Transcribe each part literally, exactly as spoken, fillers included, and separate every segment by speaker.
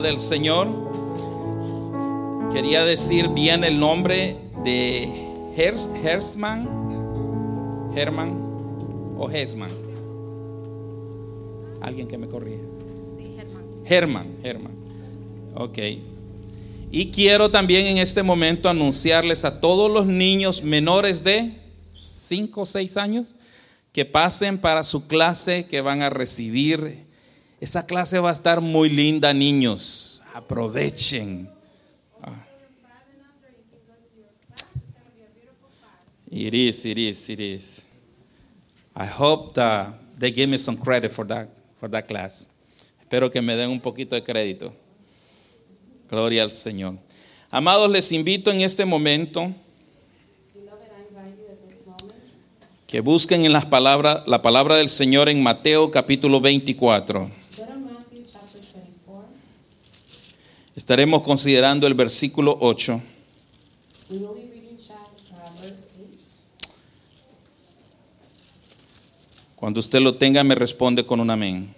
Speaker 1: Del Señor, quería decir bien el nombre de Hers, Hersman, Herman o Hesman. Alguien que me corrija.
Speaker 2: Sí, Herman.
Speaker 1: Herman, Herman. Ok. Y quiero también en este momento anunciarles a todos los niños menores de cinco o seis años que pasen para su clase que van a recibir. Esa clase va a estar muy linda, niños. Aprovechen. Ah. It is, it is, it is. I hope that they give me some credit for that, for that class. Espero que me den un poquito de crédito. Gloria al Señor. Amados, les invito en este momento que busquen en las palabras, la palabra del Señor en Mateo capítulo veinticuatro. Estaremos considerando el versículo ocho. Cuando usted lo tenga, me responde con un amén.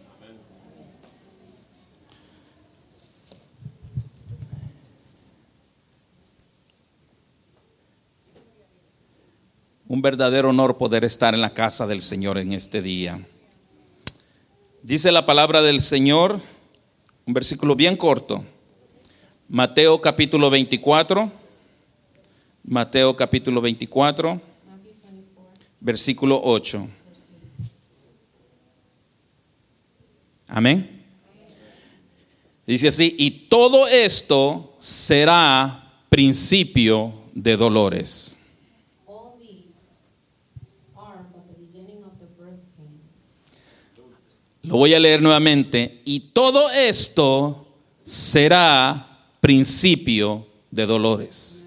Speaker 1: Un verdadero honor poder estar en la casa del Señor en este día. Dice la palabra del Señor, un versículo bien corto. Mateo capítulo veinticuatro, Mateo capítulo veinticuatro, versículo ocho. Amén. Dice así: y todo esto será principio de dolores. Lo voy a leer nuevamente. Y todo esto será principio de dolores.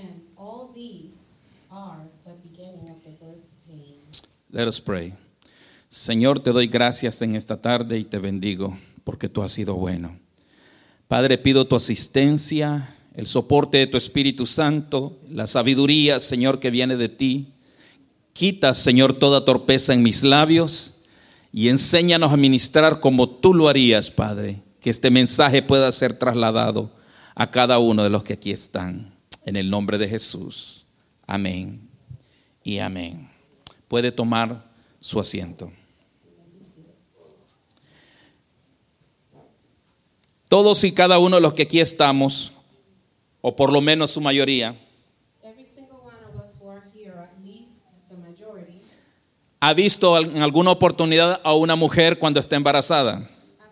Speaker 1: Let us pray. Señor, te doy gracias en esta tarde y te bendigo porque tú has sido bueno. Padre, pido tu asistencia, el soporte de tu Espíritu Santo, la sabiduría, Señor, que viene de ti. Quita, Señor, toda torpeza en mis labios y enséñanos a ministrar como tú lo harías, Padre. Que este mensaje pueda ser trasladado a cada uno de los que aquí están. En el nombre de Jesús. Amén y amén. Puede tomar su asiento. Todos y cada uno de los que aquí estamos, o por lo menos su mayoría, ha visto en alguna oportunidad a una mujer cuando está embarazada.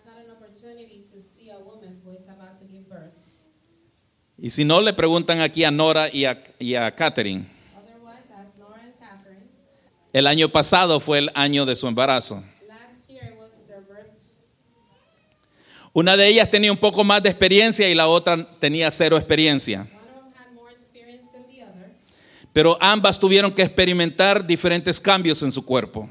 Speaker 1: Y si no, le preguntan aquí a Nora y a, y a Catherine. El año pasado fue el año de su embarazo. Una de ellas tenía un poco más de experiencia y la otra tenía cero experiencia. Pero ambas tuvieron que experimentar diferentes cambios en su cuerpo.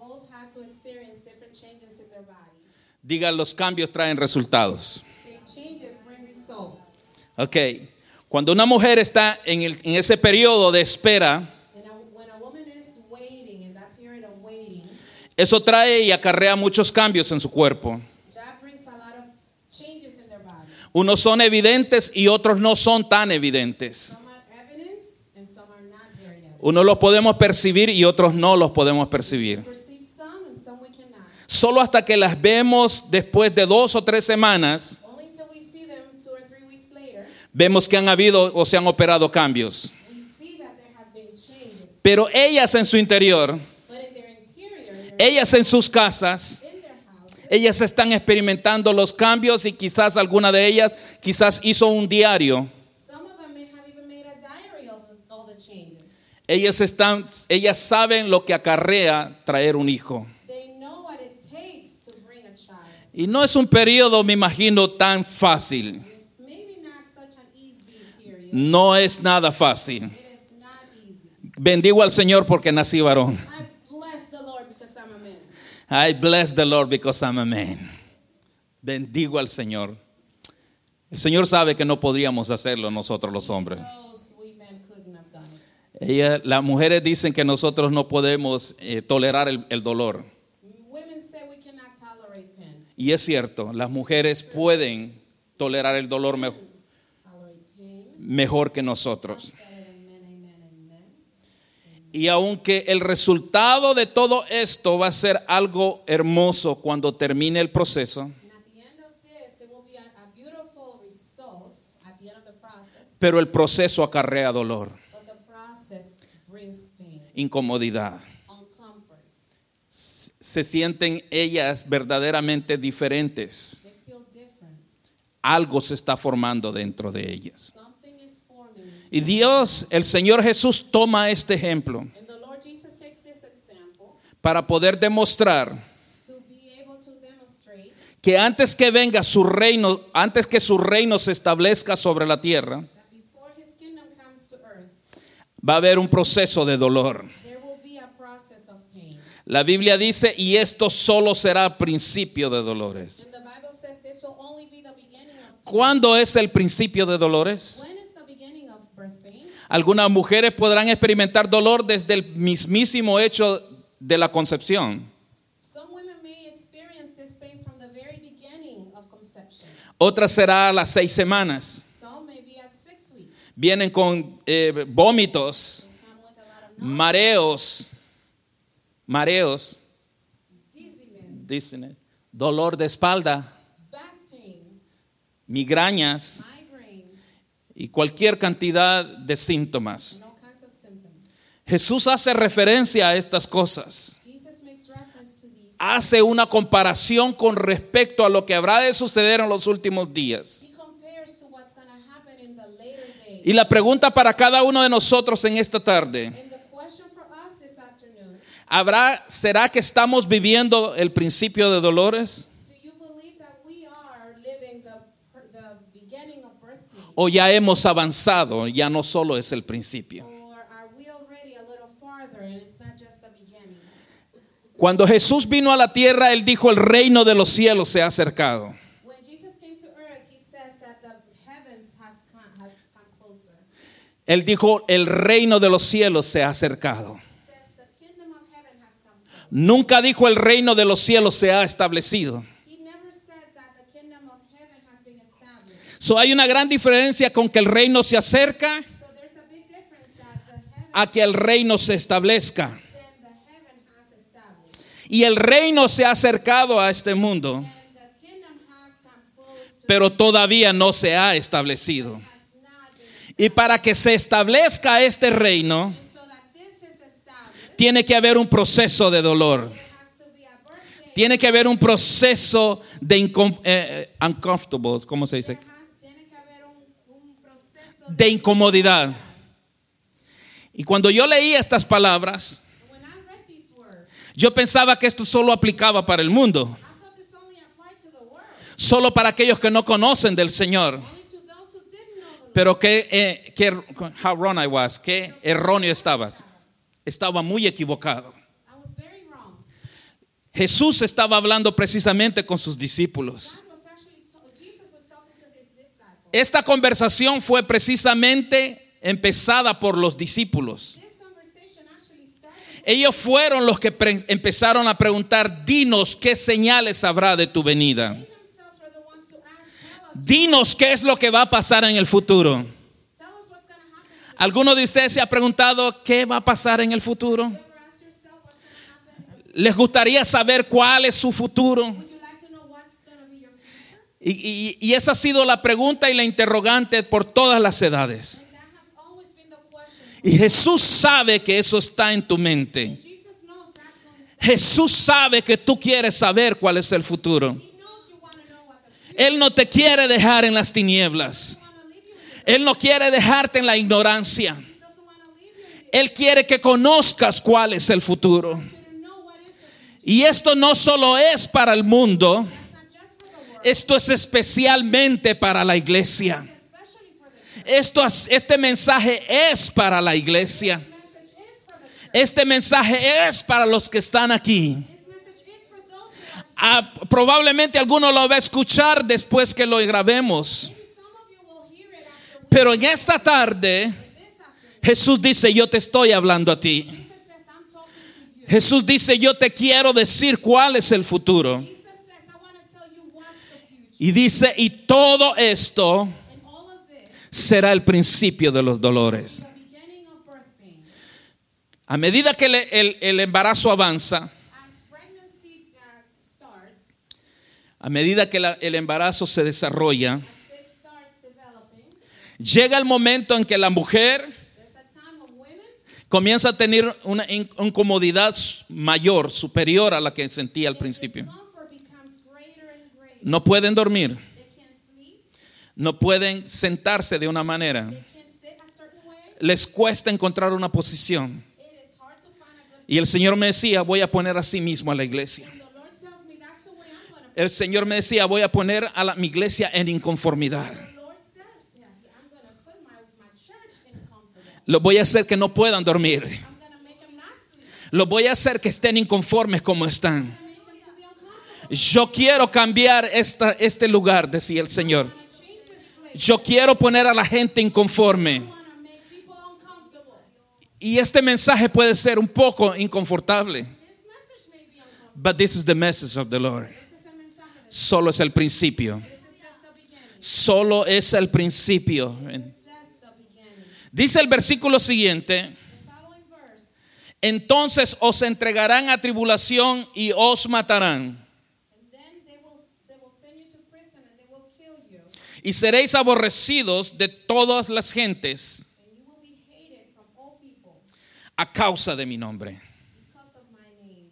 Speaker 1: Diga, los cambios traen resultados. Ok, cuando una mujer está en, el, en ese periodo de espera, eso trae y acarrea muchos cambios en su cuerpo. Unos son evidentes y otros no son tan evidentes. Unos los podemos percibir y otros no los podemos percibir. Solo hasta que las vemos después de dos o tres semanas, vemos que han habido o se han operado cambios. Pero ellas en su interior, ellas en sus casas, ellas están experimentando los cambios y quizás alguna de ellas quizás hizo un diario. Ellas están, ellas saben lo que acarrea traer un hijo. Y no es un periodo, me imagino, tan fácil. No es nada fácil. Bendigo al Señor porque nací varón. I bless the Lord because I'm a man. Bendigo al Señor. El Señor sabe que no podríamos hacerlo nosotros los hombres. Ella, las mujeres dicen que nosotros no podemos eh, tolerar el, el dolor. Y es cierto, las mujeres pueden tolerar el dolor mejor, mejor que nosotros. Y aunque el resultado de todo esto va a ser algo hermoso cuando termine el proceso, pero el proceso acarrea dolor, incomodidad. Se sienten ellas verdaderamente diferentes. Algo se está formando dentro de ellas. Y Dios, el Señor Jesús, toma este ejemplo para poder demostrar que antes que venga su reino, antes que su reino se establezca sobre la tierra, va a haber un proceso de dolor. La Biblia dice, y esto solo será principio de dolores. ¿Cuándo es el principio de dolores? Algunas mujeres podrán experimentar dolor desde el mismísimo hecho de la concepción. Otras será a las seis semanas. Vienen con eh, vómitos, mareos, mareos, dizziness, dolor de espalda, migrañas y cualquier cantidad de síntomas. Jesús hace referencia a estas cosas. Hace una comparación con respecto a lo que habrá de suceder en los últimos días. Y la pregunta para cada uno de nosotros en esta tarde: ¿habrá, será que estamos viviendo el principio de dolores? ¿O ya hemos avanzado? Ya no solo es el principio. Cuando Jesús vino a la tierra, Él dijo: el reino de los cielos se ha acercado. Él dijo: el reino de los cielos se ha acercado. Nunca dijo: el reino de los cielos se ha establecido. So, hay una gran diferencia con que el reino se acerca a que el reino se establezca. Y el reino se ha acercado a este mundo, pero todavía no se ha establecido. Y para que se establezca este reino, tiene que haber un proceso de dolor. Tiene que haber un proceso de incom- eh, uncomfortable, ¿cómo se dice? De incomodidad. Y cuando yo leía estas palabras, yo pensaba que esto solo aplicaba para el mundo, solo para aquellos que no conocen del Señor. Pero que, eh, que how wrong I was, que erróneo estaba. Estaba muy equivocado. Jesús estaba hablando precisamente con sus discípulos. Esta conversación fue precisamente empezada por los discípulos. Ellos fueron los que pre- empezaron a preguntar: dinos qué señales habrá de tu venida. Dinos qué es lo que va a pasar en el futuro. ¿Alguno de ustedes se ha preguntado qué va a pasar en el futuro? ¿Les gustaría saber cuál es su futuro? Y, y, y esa ha sido la pregunta y la interrogante por todas las edades. Y Jesús sabe que eso está en tu mente. Jesús sabe que tú quieres saber cuál es el futuro. Él no te quiere dejar en las tinieblas. Él no quiere dejarte en la ignorancia. Él quiere que conozcas cuál es el futuro. Y esto no solo es para el mundo, esto es especialmente para la iglesia. Esto, este mensaje es para la iglesia. Este mensaje es para los que están aquí. Ah, probablemente alguno lo va a escuchar después que lo grabemos. Pero en esta tarde Jesús dice: yo te estoy hablando a ti. Jesús dice: yo te quiero decir cuál es el futuro. Y dice, y todo esto
Speaker 2: And all of this
Speaker 1: será el principio de los dolores.
Speaker 2: is the beginning of birth pain.
Speaker 1: A medida que el, el- el embarazo avanza,
Speaker 2: As pregnancy uh, starts,
Speaker 1: a medida que la- el embarazo se desarrolla,
Speaker 2: as it starts developing,
Speaker 1: llega el momento en que la mujer
Speaker 2: there's a time when women
Speaker 1: comienza a tener una in- incomodidad mayor, superior a la que sentía al principio.
Speaker 2: discomfort becomes greater and greater.
Speaker 1: No pueden dormir,
Speaker 2: They can't sleep,
Speaker 1: no pueden sentarse de una manera.
Speaker 2: they can't sit a certain way.
Speaker 1: Les cuesta encontrar una posición.
Speaker 2: It is hard to find a good.
Speaker 1: Y el Señor me decía, voy a poner así mismo a la iglesia.
Speaker 2: And the Lord tells me that's the way I'm going to.
Speaker 1: El Señor me decía, voy a poner a la, mi iglesia en inconformidad.
Speaker 2: The Lord says, yeah, I'm going to put my, my church in comfortable.
Speaker 1: Los voy a hacer que no puedan dormir.
Speaker 2: I'm going to make them not sleep.
Speaker 1: Los voy a hacer que estén inconformes como están.
Speaker 2: I'm going to make them to be uncomfortable.
Speaker 1: Yo quiero cambiar esta, este lugar, decía el Señor.
Speaker 2: I'm going to change this place.
Speaker 1: Yo quiero poner a la gente inconforme.
Speaker 2: I want to make people uncomfortable.
Speaker 1: Y este mensaje puede ser un poco inconfortable.
Speaker 2: This message may be uncomfortable.
Speaker 1: But this is the message of the Lord.
Speaker 2: Este es el mensaje de Dios.
Speaker 1: Solo es el principio.
Speaker 2: This is just the beginning.
Speaker 1: Solo es el principio.
Speaker 2: It's just the beginning.
Speaker 1: Dice el versículo siguiente.
Speaker 2: The following verse.
Speaker 1: Entonces os entregarán a tribulación y os matarán.
Speaker 2: And then they will they will send you to prison and they will kill you.
Speaker 1: Y seréis aborrecidos de todas las gentes
Speaker 2: And you will be hated from all people
Speaker 1: a causa de mi nombre.
Speaker 2: because of my name.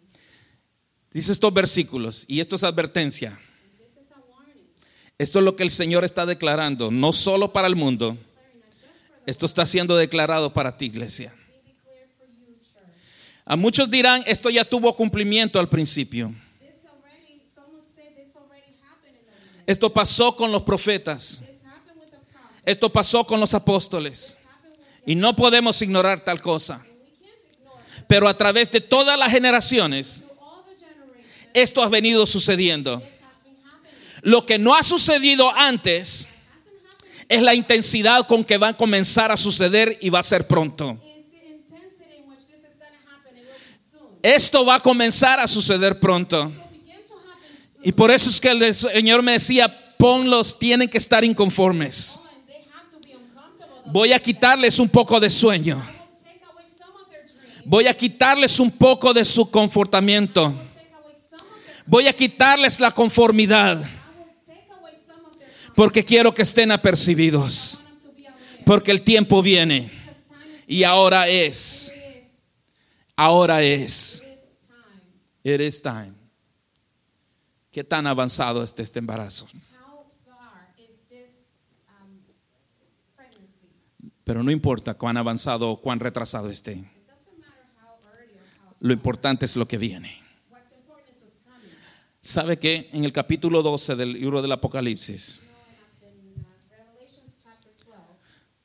Speaker 1: Dice estos versículos, y esto es advertencia.
Speaker 2: And this is a warning.
Speaker 1: Esto es lo que el Señor está declarando, no solo para el mundo.
Speaker 2: Declaring not just for the
Speaker 1: Esto está siendo declarado para ti, iglesia.
Speaker 2: being declared for you, church.
Speaker 1: A muchos dirán, esto ya tuvo cumplimiento al principio.
Speaker 2: This already, some would say this already happened in the beginning.
Speaker 1: Esto pasó con los profetas.
Speaker 2: This happened with the prophets.
Speaker 1: Esto pasó con los apóstoles.
Speaker 2: This happened with
Speaker 1: Y no podemos ignorar tal cosa.
Speaker 2: and we can't ignore it.
Speaker 1: Pero a través de todas las generaciones,
Speaker 2: Through all the generations,
Speaker 1: esto ha venido sucediendo.
Speaker 2: this has been happening.
Speaker 1: Lo que no ha sucedido antes
Speaker 2: Hasn't happened
Speaker 1: es la intensidad con que va a comenzar a suceder y va a ser pronto.
Speaker 2: is the intensity in which this is going to happen. It will be soon.
Speaker 1: Esto va a comenzar a suceder pronto.
Speaker 2: It will begin to happen soon.
Speaker 1: Y por eso es que el Señor me decía, ponlos, tienen que estar inconformes.
Speaker 2: Oh, and they have to be uncomfortable. The
Speaker 1: Voy a quitarles un poco de sueño.
Speaker 2: I will take away some of their dreams.
Speaker 1: Voy a quitarles un poco de su confortamiento.
Speaker 2: I will take away some of their.
Speaker 1: Voy a quitarles la conformidad.
Speaker 2: I will take away some of their comfort.
Speaker 1: Porque quiero que estén apercibidos.
Speaker 2: I want them to be aware.
Speaker 1: Porque el tiempo viene.
Speaker 2: Because time is
Speaker 1: Y ahora es.
Speaker 2: it is
Speaker 1: Ahora es.
Speaker 2: this time.
Speaker 1: It is time. ¿Qué tan avanzado está este embarazo?
Speaker 2: How far is this um, pregnancy?
Speaker 1: Pero no importa cuán avanzado o cuán retrasado esté.
Speaker 2: It doesn't matter how early or how.
Speaker 1: Lo importante es lo que viene.
Speaker 2: What's important is what's coming.
Speaker 1: ¿Sabe qué? En el capítulo doce del libro del Apocalipsis
Speaker 2: You know, in, in uh, Revelations chapter twelve,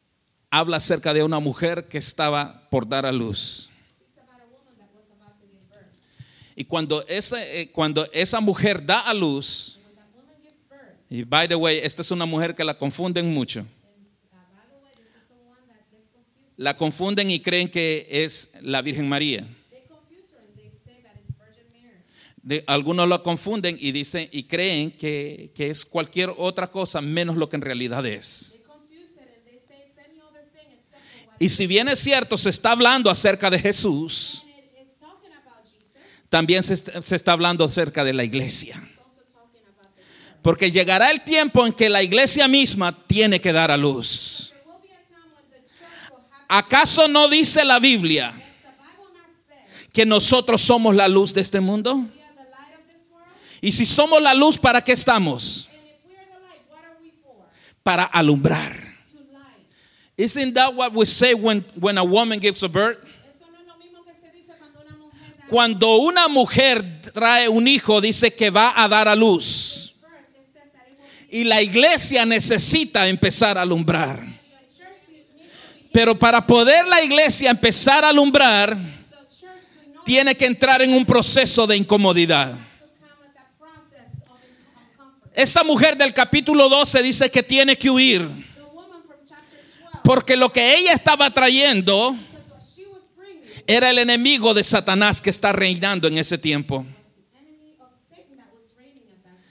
Speaker 1: habla acerca de una mujer que estaba por dar a luz.
Speaker 2: speaks about a woman that was about to give birth.
Speaker 1: Y cuando esa, eh, cuando esa mujer da a luz,
Speaker 2: And when that woman gives birth,
Speaker 1: y by the way, esta es una mujer que la confunden mucho.
Speaker 2: and uh, by the way, this is the one that gets confused.
Speaker 1: La confunden y creen que es la Virgen María.
Speaker 2: They confuse her and they say that it's Virgin Mary.
Speaker 1: De- algunos la confunden y dicen y creen que, que es cualquier otra cosa menos lo que en realidad es.
Speaker 2: They confuse it and they say it's any other thing except for what.
Speaker 1: Y si bien es cierto, se está hablando acerca de Jesús,
Speaker 2: And it, it's talking about Jesus.
Speaker 1: también se está, se está hablando acerca de la iglesia.
Speaker 2: It's also talking about the church.
Speaker 1: Porque llegará el tiempo en que la iglesia misma tiene que dar a luz.
Speaker 2: There will be a time when the church will have.
Speaker 1: ¿Acaso no dice la Biblia
Speaker 2: Does the Bible not say
Speaker 1: que nosotros somos la luz de este mundo?
Speaker 2: we are the light of this world?
Speaker 1: Y si somos la luz, ¿para qué estamos?
Speaker 2: And if we are the light, what are we for?
Speaker 1: Para alumbrar.
Speaker 2: To light.
Speaker 1: Isn't that what we say when, when a woman gives a birth?
Speaker 2: Eso no es lo mismo que se dice cuando una mujer da
Speaker 1: Cuando una mujer trae un hijo, dice que va a dar a luz.
Speaker 2: birth. It says that it will be
Speaker 1: Y la iglesia necesita empezar a alumbrar.
Speaker 2: the church be- needs to begin.
Speaker 1: Pero para poder la iglesia empezar a alumbrar,
Speaker 2: The church to know
Speaker 1: tiene que entrar en un proceso de incomodidad.
Speaker 2: to come at that process of uncomfort.
Speaker 1: Esta mujer del capítulo doce dice que tiene que huir.
Speaker 2: The woman from chapter twelve,
Speaker 1: Porque lo que ella estaba trayendo
Speaker 2: because what she was bringing was
Speaker 1: era el enemigo de Satanás que está reinando en ese tiempo.
Speaker 2: the enemy of Satan that was reigning at that time.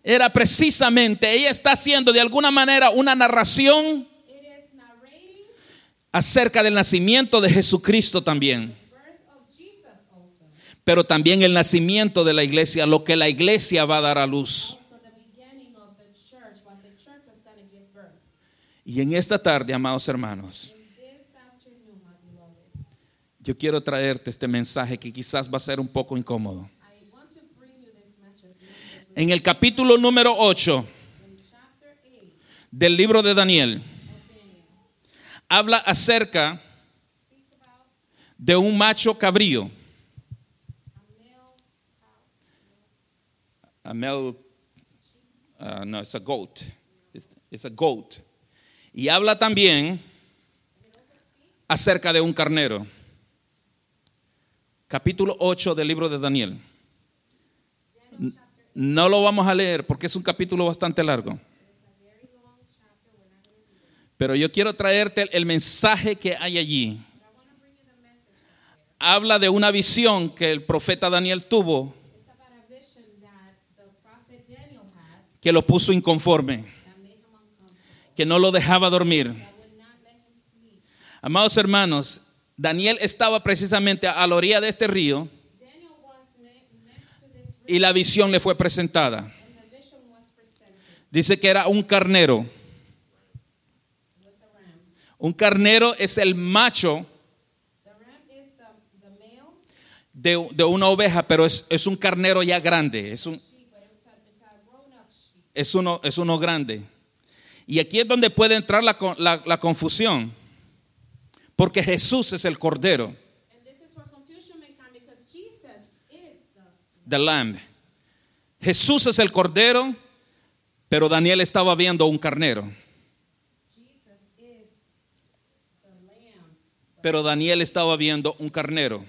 Speaker 1: era precisamente, ella está haciendo de alguna manera una narración
Speaker 2: It is narrating
Speaker 1: acerca del nacimiento de Jesucristo también,
Speaker 2: the birth of Jesus also.
Speaker 1: pero también el nacimiento de la iglesia, lo que la iglesia va a dar a luz.
Speaker 2: Also the beginning of the church, what the church was going to give birth.
Speaker 1: Y en esta tarde, amados hermanos,
Speaker 2: In this afternoon, my beloved,
Speaker 1: yo quiero traerte este mensaje que quizás va a ser un poco incómodo.
Speaker 2: I want to bring you this message message
Speaker 1: En el capítulo número ocho
Speaker 2: in chapter eight
Speaker 1: del libro de Daniel,
Speaker 2: of Daniel.
Speaker 1: habla acerca
Speaker 2: Speaks about
Speaker 1: de un macho cabrío,
Speaker 2: a male cow.
Speaker 1: a male, uh, no, it's a goat, it's, it's a goat. Y habla también acerca de un carnero. Capítulo ocho del libro de Daniel.
Speaker 2: Daniel chapter eight
Speaker 1: No lo vamos a leer porque es un capítulo bastante largo.
Speaker 2: is a very long chapter. We're not going to read it.
Speaker 1: Pero yo quiero traerte el mensaje que hay allí.
Speaker 2: But I want to bring you the message that's there.
Speaker 1: Habla de una visión que el profeta Daniel tuvo
Speaker 2: It's about a vision that the prophet Daniel had
Speaker 1: que lo puso inconforme,
Speaker 2: that made him uncomfortable,
Speaker 1: que no lo dejaba dormir.
Speaker 2: that would not let him sleep.
Speaker 1: Amados hermanos, Daniel estaba precisamente a la orilla de este río
Speaker 2: Daniel was ne- next to this
Speaker 1: y
Speaker 2: river,
Speaker 1: la visión le fue presentada.
Speaker 2: and the vision was presented.
Speaker 1: Dice que era un carnero.
Speaker 2: It was a ram.
Speaker 1: Un carnero es el macho
Speaker 2: The ram is the, the male
Speaker 1: de, de una oveja, pero es, es un carnero ya grande, es, un,
Speaker 2: sheep, but it's a, it's a grown-up sheep.
Speaker 1: es, uno, es uno grande. Y aquí es donde puede entrar la, con- la, la confusión, porque Jesús es el cordero,
Speaker 2: And this is where confusion may come because Jesus is the
Speaker 1: the lamb. Jesús es el cordero, pero Daniel estaba viendo un carnero.
Speaker 2: Jesus is the lamb.
Speaker 1: Pero Daniel estaba viendo un carnero.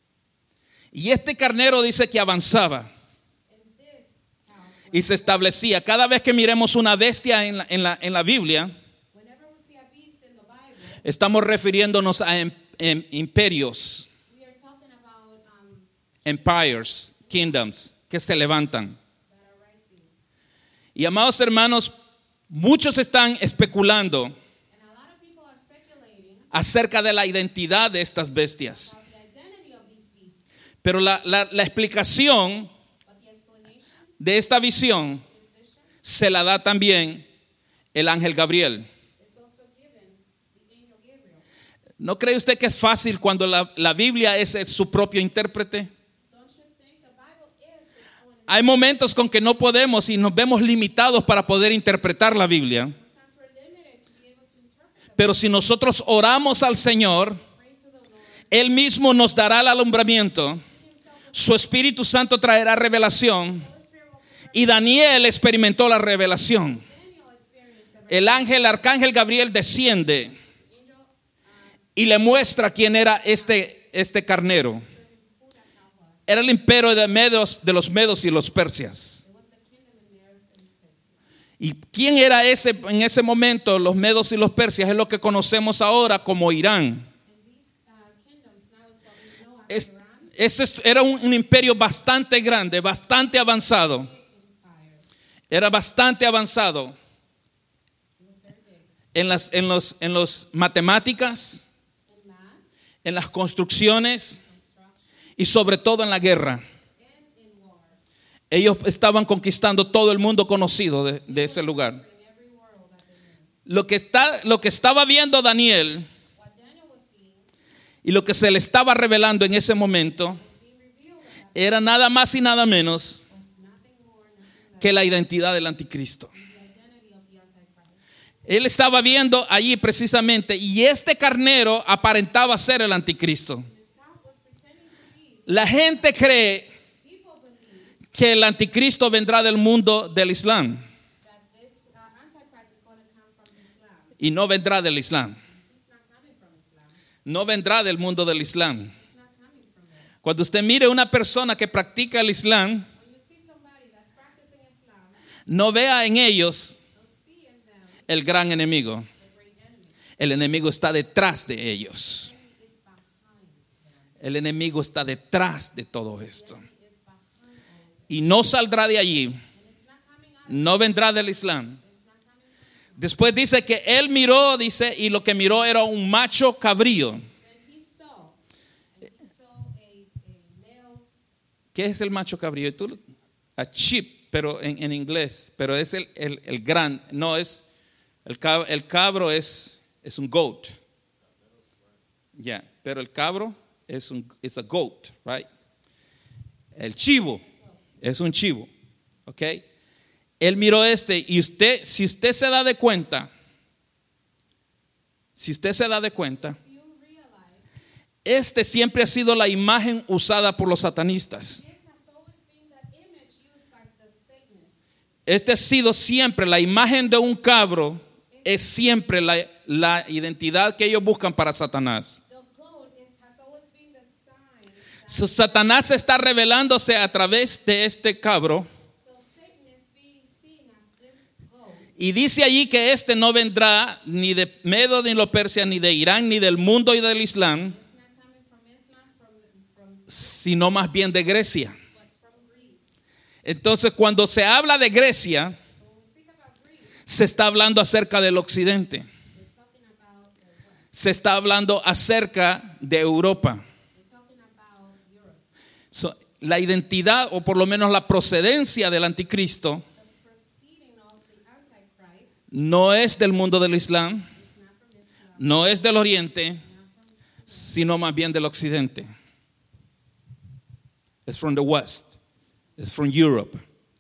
Speaker 1: Y este carnero dice que avanzaba
Speaker 2: And this cow,
Speaker 1: y se establecía. Cada vez que miremos una bestia en la, en la, en la Biblia,
Speaker 2: whenever we see a beast in the Bible,
Speaker 1: estamos refiriéndonos a em- em- imperios,
Speaker 2: we are talking about um,
Speaker 1: empires, kingdoms, que se levantan.
Speaker 2: that are rising.
Speaker 1: Y amados hermanos, muchos están especulando
Speaker 2: And a lot of people are speculating
Speaker 1: acerca de la identidad de estas bestias.
Speaker 2: about the identity of these beasts.
Speaker 1: Pero la, la- la explicación
Speaker 2: But the explanation,
Speaker 1: de esta visión
Speaker 2: this vision,
Speaker 1: se la da también el ángel Gabriel.
Speaker 2: is also given the angel Gabriel.
Speaker 1: ¿No cree usted que es fácil cuando la, la Biblia es el- su propio intérprete?
Speaker 2: Don't you think the Bible is its own?
Speaker 1: Hay momentos con que no podemos y nos vemos limitados para poder interpretar la Biblia.
Speaker 2: Sometimes we're limited to be able to interpret the
Speaker 1: Pero si nosotros oramos al Señor,
Speaker 2: pray to the Lord.
Speaker 1: Él mismo nos dará el alumbramiento. Su Espíritu Santo traerá revelación.
Speaker 2: Holy Spirit will prepare.
Speaker 1: Y Daniel experimentó la revelación.
Speaker 2: Daniel experienced the
Speaker 1: El ángel, el arcángel Gabriel desciende
Speaker 2: angel
Speaker 1: y le muestra quién era este, este carnero.
Speaker 2: who that cow was.
Speaker 1: Era el imperio de, medos, de los medos y los persias.
Speaker 2: It was the kingdom of Medes and Persia.
Speaker 1: ¿Y quién era ese en ese momento? Los medos y los persias es lo que conocemos ahora como Irán.
Speaker 2: And these uh, kingdoms now is what we know as
Speaker 1: Es-
Speaker 2: Iran,
Speaker 1: ese es- era un, un imperio bastante grande, bastante avanzado.
Speaker 2: big empire.
Speaker 1: Era bastante avanzado
Speaker 2: It was very big.
Speaker 1: en las en los, en los matemáticas,
Speaker 2: In math,
Speaker 1: en las construcciones
Speaker 2: construction,
Speaker 1: y sobre todo en la guerra.
Speaker 2: and in war.
Speaker 1: Ellos estaban conquistando todo el mundo conocido de, de ese lugar.
Speaker 2: In every world that they knew.
Speaker 1: Lo que, está, lo que estaba viendo Daniel
Speaker 2: What Daniel was seeing
Speaker 1: y lo que se le estaba revelando en ese momento
Speaker 2: was being revealed at that
Speaker 1: era nada más y nada menos
Speaker 2: was nothing more, nothing less
Speaker 1: que la identidad del anticristo.
Speaker 2: than the identity of the Antichrist.
Speaker 1: Él estaba viendo allí precisamente y este carnero aparentaba ser el anticristo.
Speaker 2: This cow was pretending to be.
Speaker 1: La gente cree
Speaker 2: People believe
Speaker 1: que el anticristo vendrá del mundo del Islam
Speaker 2: that this uh, Antichrist is going to come from Islam.
Speaker 1: y no vendrá del Islam.
Speaker 2: He's not coming from Islam.
Speaker 1: No vendrá del mundo del Islam.
Speaker 2: He's not coming from it.
Speaker 1: Cuando usted mire una persona que practica el Islam,
Speaker 2: When you see somebody that's practicing Islam,
Speaker 1: no vea en ellos
Speaker 2: don't see in them
Speaker 1: el gran enemigo.
Speaker 2: the great enemy.
Speaker 1: El enemigo está detrás de ellos.
Speaker 2: The enemy is behind them.
Speaker 1: El enemigo está detrás de todo esto.
Speaker 2: The enemy is behind all.
Speaker 1: Y no saldrá de allí
Speaker 2: And it's not coming
Speaker 1: No vendrá del Islam. Después dice que él miró, dice, y lo que miró era un macho cabrío.
Speaker 2: Then he saw, and he saw a, a male.
Speaker 1: ¿Qué es el macho cabrío? Tú, a sheep, pero en, en inglés, pero es el, el, el gran, no es, el cabro, el cabro es, es un goat. Ya, yeah, pero el cabro es un, es a goat, right? El chivo es un chivo, ¿ok? Él miró este y usted, si usted se da de cuenta, si usted se da de cuenta,
Speaker 2: You realize
Speaker 1: este siempre ha sido la imagen usada por los satanistas.
Speaker 2: this has always been the image used by the Satanists.
Speaker 1: Este ha sido siempre la imagen de un cabro, es siempre la, la identidad que ellos buscan para Satanás.
Speaker 2: The goat is, has always been the sign that
Speaker 1: So, Satanás está revelándose a través de este cabro.
Speaker 2: so Satan is being seen as this goat.
Speaker 1: Y dice allí que este no vendrá ni de Medo ni lo Persia, ni de Irán, ni del mundo y del Islam,
Speaker 2: It's not coming from Islam, from, from
Speaker 1: sino más bien de Grecia.
Speaker 2: but from Greece.
Speaker 1: Entonces, cuando se habla de Grecia,
Speaker 2: So when we speak about Greece,
Speaker 1: se está hablando acerca del occidente.
Speaker 2: we're talking about the West.
Speaker 1: Se está hablando acerca de Europa.
Speaker 2: We're talking about Europe.
Speaker 1: So, la identidad, o por lo menos la procedencia del anticristo,
Speaker 2: The proceeding of the Antichrist
Speaker 1: no es del mundo del Islam,
Speaker 2: is not from Islam,
Speaker 1: no es del oriente,
Speaker 2: not from
Speaker 1: sino más bien del occidente. Es from the West. Es from Europe.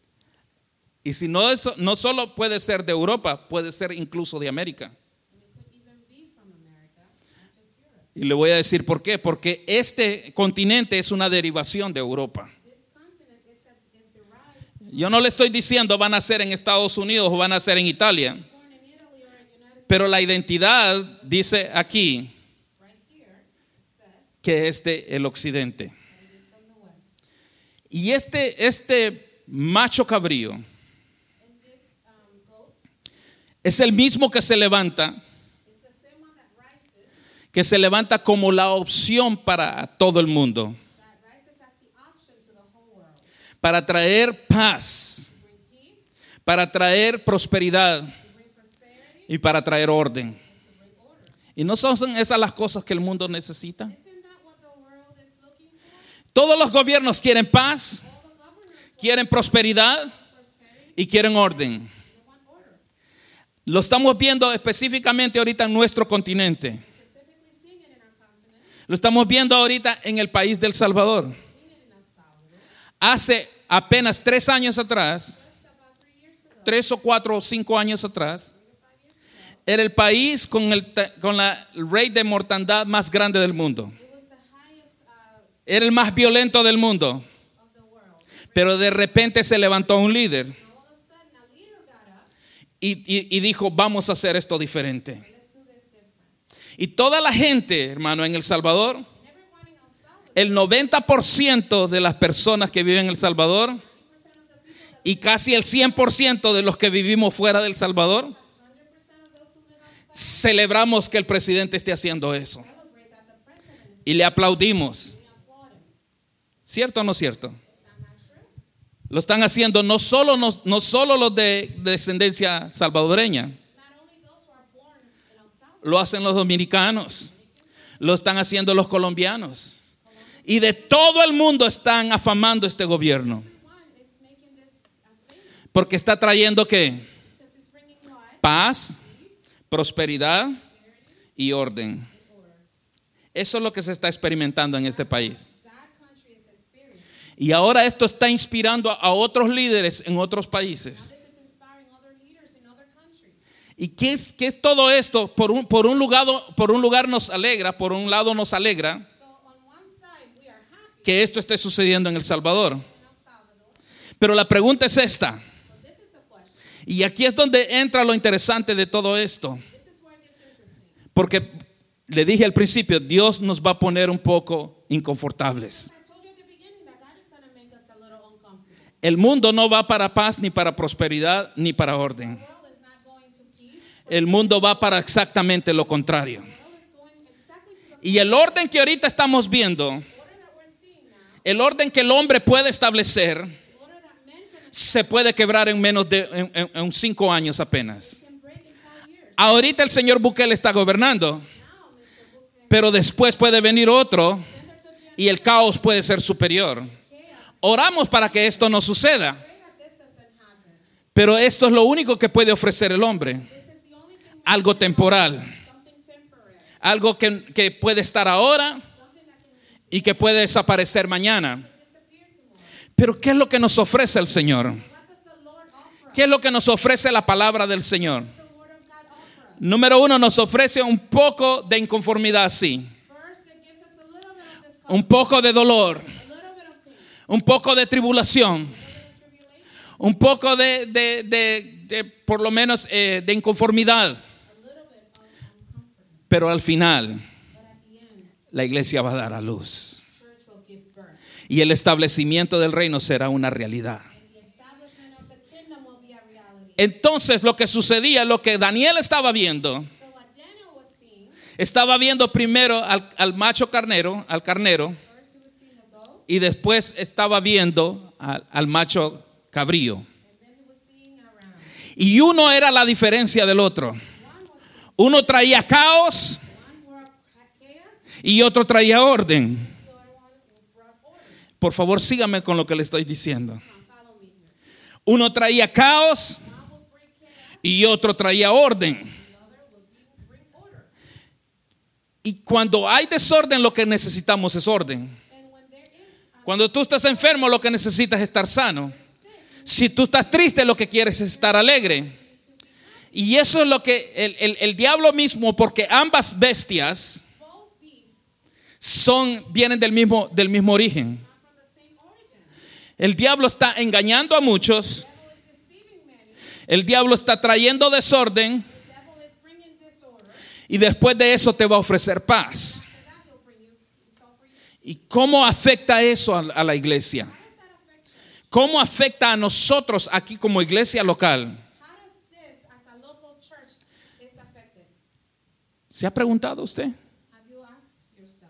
Speaker 1: Y si no, eso no solo puede ser de Europa, puede ser incluso de América.
Speaker 2: and it could even be from America, not just Europe.
Speaker 1: Y le voy a decir por qué. Porque este continente es una derivación de Europa.
Speaker 2: This continent is, a, is derived
Speaker 1: Yo no le estoy diciendo van a ser en Estados Unidos o van a ser en Italia.
Speaker 2: born in Italy or in United
Speaker 1: Pero la identidad dice aquí
Speaker 2: States. Right here, it says
Speaker 1: que es de el occidente.
Speaker 2: that it is from the West.
Speaker 1: Y este, este macho cabrío
Speaker 2: And this um, goat
Speaker 1: es el mismo que se levanta,
Speaker 2: is the same one that rises,
Speaker 1: que se levanta como la opción para todo el mundo,
Speaker 2: that rises as the option to the whole world.
Speaker 1: para traer paz,
Speaker 2: To bring peace,
Speaker 1: para traer prosperidad
Speaker 2: to bring prosperity,
Speaker 1: y para traer orden.
Speaker 2: and to bring order.
Speaker 1: ¿Y no son esas las cosas que el mundo necesita?
Speaker 2: Isn't that what the world is looking for?
Speaker 1: Todos los gobiernos quieren paz,
Speaker 2: All the governors
Speaker 1: quieren prosperidad
Speaker 2: want prosperity,
Speaker 1: y quieren orden.
Speaker 2: they want order.
Speaker 1: Lo estamos viendo específicamente ahorita en nuestro continente.
Speaker 2: Specifically seeing it in our continent,
Speaker 1: Lo estamos viendo ahorita en el país del Salvador.
Speaker 2: seeing it in El Salvador.
Speaker 1: Hace apenas tres años atrás,
Speaker 2: Just about three years ago,
Speaker 1: tres o cuatro o cinco años atrás,
Speaker 2: three to five years ago,
Speaker 1: era el país con el, ta- con la el rate de mortandad más grande del mundo.
Speaker 2: it was the highest uh,
Speaker 1: Era el más violento del mundo.
Speaker 2: of the world.
Speaker 1: Pero de repente se levantó un líder
Speaker 2: And all of a sudden, a leader got up.
Speaker 1: y, y- y dijo, vamos a hacer esto diferente.
Speaker 2: Let's do this different.
Speaker 1: Y toda la gente, hermano, en El Salvador,
Speaker 2: And everyone in El Salvador,
Speaker 1: el noventa por ciento de las personas que viven en El Salvador
Speaker 2: ninety percent of the people that
Speaker 1: y casi el cien por ciento de los que vivimos fuera del Salvador,
Speaker 2: one hundred percent of those who live outside
Speaker 1: celebramos que el presidente esté haciendo eso.
Speaker 2: celebrate that the president is
Speaker 1: Y le aplaudimos.
Speaker 2: we applaud him.
Speaker 1: ¿Cierto o no cierto?
Speaker 2: Is that not true?
Speaker 1: Lo están haciendo no solo, no, no solo los de descendencia salvadoreña,
Speaker 2: Not only those who are born in El Salvador,
Speaker 1: lo hacen los dominicanos, lo están haciendo los colombianos. Y de todo el mundo están afamando este gobierno.
Speaker 2: everyone is making this a thing
Speaker 1: Porque está trayendo ¿qué?
Speaker 2: because he's bringing what?
Speaker 1: Paz,
Speaker 2: Peace,
Speaker 1: prosperidad
Speaker 2: prosperity,
Speaker 1: y orden.
Speaker 2: and order.
Speaker 1: Eso es lo que se está experimentando en este país.
Speaker 2: That country is experiencing.
Speaker 1: Y ahora esto está inspirando a otros líderes en otros
Speaker 2: Now
Speaker 1: países.
Speaker 2: this is inspiring other leaders in other countries.
Speaker 1: ¿Y qué es, qué es todo esto? Por un, por, un lugar, por un lugar nos alegra, por un lado nos alegra
Speaker 2: So on one side, we are happy
Speaker 1: que esto esté sucediendo en El Salvador.
Speaker 2: in El Salvador,
Speaker 1: Pero la pregunta es esta.
Speaker 2: but this is the question.
Speaker 1: Y aquí es donde entra lo interesante de todo esto.
Speaker 2: This is where it gets interesting.
Speaker 1: Porque le dije al principio, Dios nos va a poner un poco inconfortables.
Speaker 2: I told you at the beginning that God is going to make us a little uncomfortable.
Speaker 1: El mundo no va para paz, ni para prosperidad, ni para orden.
Speaker 2: The world is not going to peace.
Speaker 1: El mundo va para exactamente lo contrario.
Speaker 2: The world is going exactly to the
Speaker 1: Y el orden que ahorita estamos viendo,
Speaker 2: order that we're seeing now,
Speaker 1: el orden que el hombre puede establecer,
Speaker 2: the order that men can
Speaker 1: se puede quebrar en menos de en, en, en cinco años apenas.
Speaker 2: can break in five years.
Speaker 1: Ahorita el señor Bukele está gobernando,
Speaker 2: Now, mister Bukele,
Speaker 1: pero después puede venir otro
Speaker 2: then there could be a
Speaker 1: y el caos puede ser superior.
Speaker 2: chaos.
Speaker 1: Oramos para que esto no suceda,
Speaker 2: Pray that this doesn't happen.
Speaker 1: pero esto es lo único que puede ofrecer el hombre,
Speaker 2: This is the only thing,
Speaker 1: algo temporal,
Speaker 2: something temporary,
Speaker 1: algo que, que puede estar ahora
Speaker 2: something that can
Speaker 1: y que puede desaparecer mañana.
Speaker 2: disappear tomorrow.
Speaker 1: Pero ¿qué es lo que nos ofrece el Señor?
Speaker 2: What does the Lord offer us?
Speaker 1: ¿Qué es lo que nos ofrece la palabra del Señor?
Speaker 2: The Word of God offer us.
Speaker 1: Número uno, nos ofrece un poco de inconformidad, sí.
Speaker 2: First, it gives us a little bit of discomfort,
Speaker 1: Un poco de dolor,
Speaker 2: a little bit of pain,
Speaker 1: un poco de tribulación,
Speaker 2: a little bit of tribulation,
Speaker 1: un poco de, de, de, de por lo menos, eh, de inconformidad.
Speaker 2: a little bit of uncomfort.
Speaker 1: Pero al final,
Speaker 2: But at the end,
Speaker 1: la iglesia va a dar a luz.
Speaker 2: church will give birth.
Speaker 1: Y el establecimiento del reino será una realidad.
Speaker 2: And the establishment of the kingdom will be a reality.
Speaker 1: Entonces, lo que sucedía, lo que Daniel estaba viendo,
Speaker 2: So what Daniel was seeing,
Speaker 1: estaba viendo primero al, al macho carnero, al carnero,
Speaker 2: first he was seeing the goat,
Speaker 1: y después estaba viendo al, al macho cabrío.
Speaker 2: and then he was seeing a ram.
Speaker 1: Y uno era la diferencia del otro.
Speaker 2: One was
Speaker 1: Uno traía caos
Speaker 2: one brought chaos,
Speaker 1: y otro traía orden.
Speaker 2: the other one brought order.
Speaker 1: Por favor, sígame con lo que le estoy diciendo.
Speaker 2: Come on, follow me here.
Speaker 1: Uno traía caos
Speaker 2: One will bring chaos,
Speaker 1: y otro traía orden.
Speaker 2: the other will be, bring order.
Speaker 1: Y cuando hay desorden, lo que necesitamos es orden.
Speaker 2: And when there is a
Speaker 1: Cuando tú estás enfermo, lo que necesitas es estar sano. Si tú estás triste, lo que quieres es estar alegre. Y eso es lo que el, el, el diablo mismo, porque ambas bestias
Speaker 2: both beasts
Speaker 1: son, vienen del mismo, del mismo origen.
Speaker 2: are from the same origin.
Speaker 1: El diablo está engañando a muchos.
Speaker 2: The devil is deceiving many.
Speaker 1: El diablo está trayendo desorden.
Speaker 2: The devil is bringing disorder.
Speaker 1: Y después de eso te va a ofrecer paz.
Speaker 2: After that, he'll bring you peace. Offer you.
Speaker 1: ¿Y cómo afecta eso a, a la iglesia?
Speaker 2: How does that affect you?
Speaker 1: ¿Cómo afecta a nosotros aquí como iglesia local?
Speaker 2: How does this, as a local church, is affected?
Speaker 1: ¿Se ha preguntado usted?
Speaker 2: Have you asked yourself?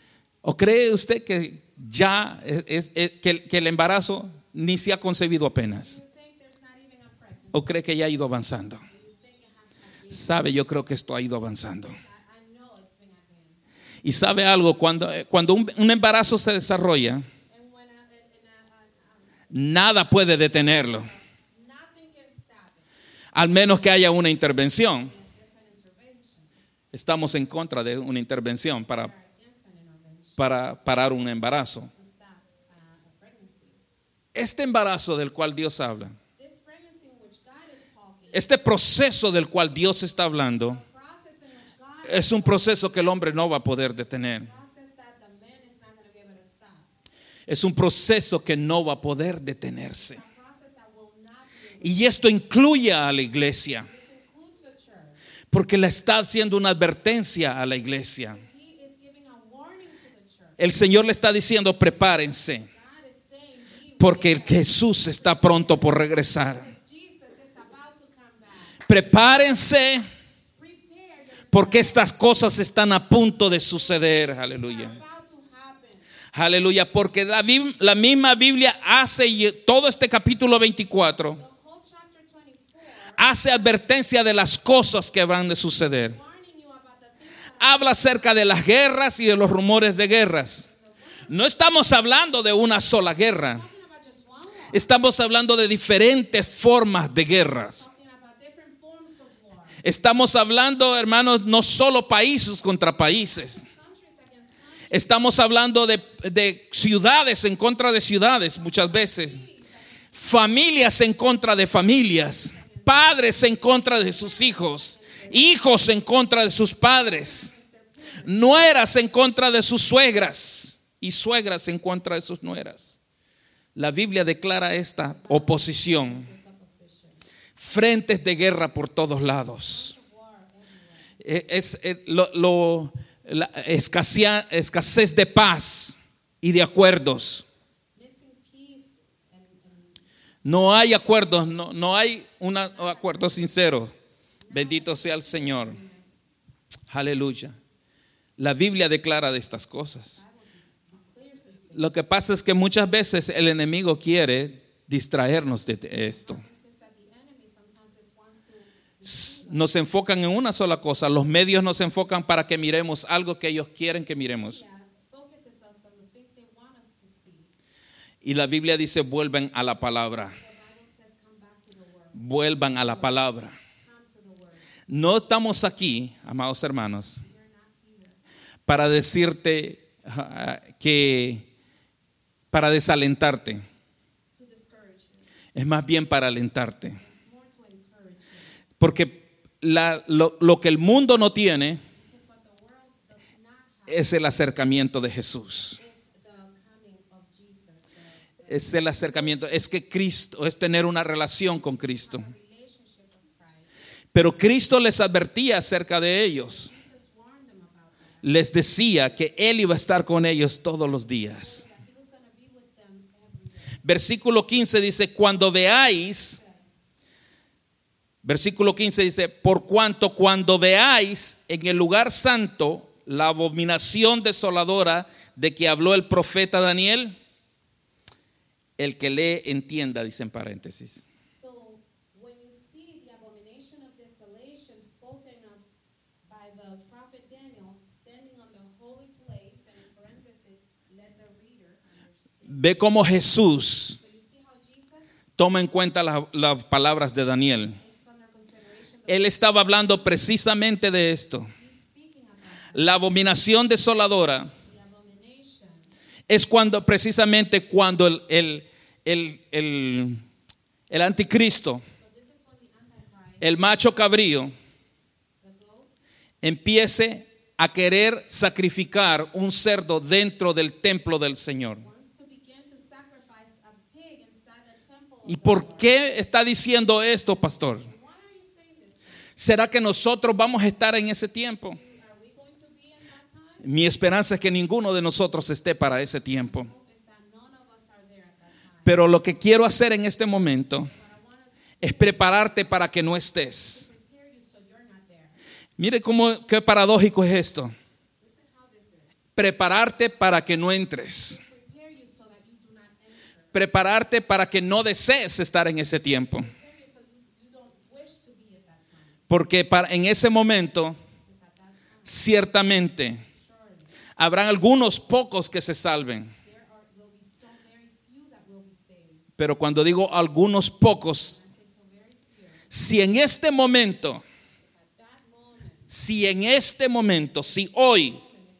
Speaker 1: ¿O cree usted que ya es, es- es- que, el- que el embarazo ni se ha concebido apenas?
Speaker 2: Do you think there's not even a pregnancy?
Speaker 1: ¿O cree que ya ha ido avanzando?
Speaker 2: Do you think it has not been?
Speaker 1: Sabe, yo creo que esto ha ido avanzando.
Speaker 2: I, I know it's been advanced.
Speaker 1: Y sabe algo, cuando, eh, cuando un, un embarazo se desarrolla,
Speaker 2: And when a, in a, a,
Speaker 1: nada puede detenerlo,
Speaker 2: a, nothing can stop it
Speaker 1: al menos que haya una intervención.
Speaker 2: unless there's an intervention.
Speaker 1: Estamos en contra de una intervención para,
Speaker 2: Or against an intervention
Speaker 1: para parar un embarazo.
Speaker 2: to stop uh, a pregnancy.
Speaker 1: Este embarazo del cual Dios habla,
Speaker 2: This pregnancy in which God is talking,
Speaker 1: este proceso del cual Dios está hablando,
Speaker 2: process in which God
Speaker 1: es un proceso que el hombre no va a poder detener.
Speaker 2: process that the man is not going to be able to stop.
Speaker 1: Es un proceso que no va a poder detenerse.
Speaker 2: A process that will not be able
Speaker 1: Y esto incluye a la iglesia,
Speaker 2: This includes the church.
Speaker 1: porque le está haciendo una advertencia a la iglesia.
Speaker 2: He is giving a warning to the church.
Speaker 1: El Señor le está diciendo, prepárense,
Speaker 2: God is saying, be
Speaker 1: porque el Jesús está pronto por regresar.
Speaker 2: Jesus is about to come back.
Speaker 1: Prepárense,
Speaker 2: Prepare yourself.
Speaker 1: porque estas cosas están a punto de suceder. Aleluya.
Speaker 2: About to happen.
Speaker 1: Aleluya, porque la, Bib- la misma Biblia hace, y todo este capítulo veinticuatro,
Speaker 2: The whole chapter twenty-four
Speaker 1: hace advertencia de las cosas que van a suceder.
Speaker 2: warning you about the things that
Speaker 1: Habla acerca de las guerras y de los rumores de guerras. No estamos hablando de una sola guerra.
Speaker 2: talking about just one war.
Speaker 1: Estamos hablando de diferentes formas de guerras.
Speaker 2: Talking about different forms of war.
Speaker 1: Estamos hablando, hermanos, no solo países contra países.
Speaker 2: Countries against countries.
Speaker 1: Estamos hablando de, de ciudades en contra de ciudades muchas veces. Familias en contra de familias. Padres en contra de sus hijos. Hijos en contra de sus padres. Nueras en contra de sus suegras. Y suegras en contra de sus nueras. La Biblia declara esta oposición. Frentes de guerra por todos lados. Eh, Es, eh, lo, lo- la escasea- escasez de paz y de acuerdos.
Speaker 2: Missing peace and, and
Speaker 1: No hay acuerdos, no, no hay un acuerdo sincero. Bendito sea el Señor. Aleluya. La Biblia declara de estas cosas. Lo que pasa es que muchas veces el enemigo quiere distraernos de esto.
Speaker 2: It's just that the enemy sometimes just wants to deceive
Speaker 1: Nos enfocan en una sola cosa. Los medios nos enfocan para que miremos algo que ellos quieren que miremos.
Speaker 2: yeah, focuses us on the things they want us to see.
Speaker 1: Y la Biblia dice, vuelven a la palabra.
Speaker 2: The Bible says, come back to the word.
Speaker 1: Vuelvan a la palabra.
Speaker 2: Come to the word.
Speaker 1: No estamos aquí, amados hermanos,
Speaker 2: We're not here
Speaker 1: para decirte ah, que, para desalentarte.
Speaker 2: to discourage you.
Speaker 1: Es más bien para alentarte.
Speaker 2: It's more to encourage you.
Speaker 1: Porque la- lo, lo que el mundo no tiene
Speaker 2: Because what the world does not have
Speaker 1: es el acercamiento de Jesús.
Speaker 2: is the coming of Jesus. The
Speaker 1: Es el acercamiento, es que Cristo, es tener una relación con Cristo.
Speaker 2: relationship with Christ.
Speaker 1: Pero Cristo les advertía acerca de ellos.
Speaker 2: Jesus warned them about that.
Speaker 1: Les decía que Él iba a estar con ellos todos los días.
Speaker 2: That he was going to be with them every day.
Speaker 1: Versículo quince dice, cuando veáis, versículo quince dice, por cuanto cuando veáis en el lugar santo la abominación desoladora de que habló el profeta Daniel, el que lee entienda, dice en paréntesis.
Speaker 2: So when you see the abomination of desolation spoken of by the prophet Daniel standing on the holy place, and in parenthesis, let the reader understand.
Speaker 1: Ve cómo Jesús
Speaker 2: So you see how Jesus
Speaker 1: toma en cuenta la- las palabras de Daniel.
Speaker 2: takes under consideration the
Speaker 1: Él estaba hablando precisamente de esto.
Speaker 2: he's speaking about
Speaker 1: La abominación desoladora
Speaker 2: the abomination
Speaker 1: es cuando precisamente cuando el, el, el, el, el anticristo,
Speaker 2: so this is when the Antichrist,
Speaker 1: el macho cabrío,
Speaker 2: the goat,
Speaker 1: empiece a querer sacrificar un cerdo dentro del templo del Señor.
Speaker 2: wants to begin to sacrifice a pig inside the temple of
Speaker 1: ¿Y
Speaker 2: the
Speaker 1: por
Speaker 2: Lord.
Speaker 1: qué está diciendo esto, pastor?
Speaker 2: Why are you saying this?
Speaker 1: ¿Será que nosotros vamos a estar en ese tiempo?
Speaker 2: Are we going to be in that time?
Speaker 1: Mi esperanza es que ninguno de nosotros esté para ese tiempo.
Speaker 2: Hope is that none of us are there at that time.
Speaker 1: Pero lo que quiero hacer en este momento
Speaker 2: But I want to
Speaker 1: es prepararte para que no estés.
Speaker 2: prepare you so you're not there.
Speaker 1: Mire cómo qué paradójico es esto.
Speaker 2: Listen how this is.
Speaker 1: Prepararte para que no entres.
Speaker 2: Prepare you so that you do not enter.
Speaker 1: Prepararte para que no desees estar en ese tiempo.
Speaker 2: Prepare you so you, you don't wish to be at that time.
Speaker 1: Porque para, en ese momento,
Speaker 2: Because at that time,
Speaker 1: ciertamente,
Speaker 2: surely,
Speaker 1: habrán algunos pocos que se salven.
Speaker 2: there are, will be so very few that will be saved.
Speaker 1: Pero cuando digo algunos pocos,
Speaker 2: I say so very few.
Speaker 1: si en este momento,
Speaker 2: At that moment,
Speaker 1: si en este momento, si hoy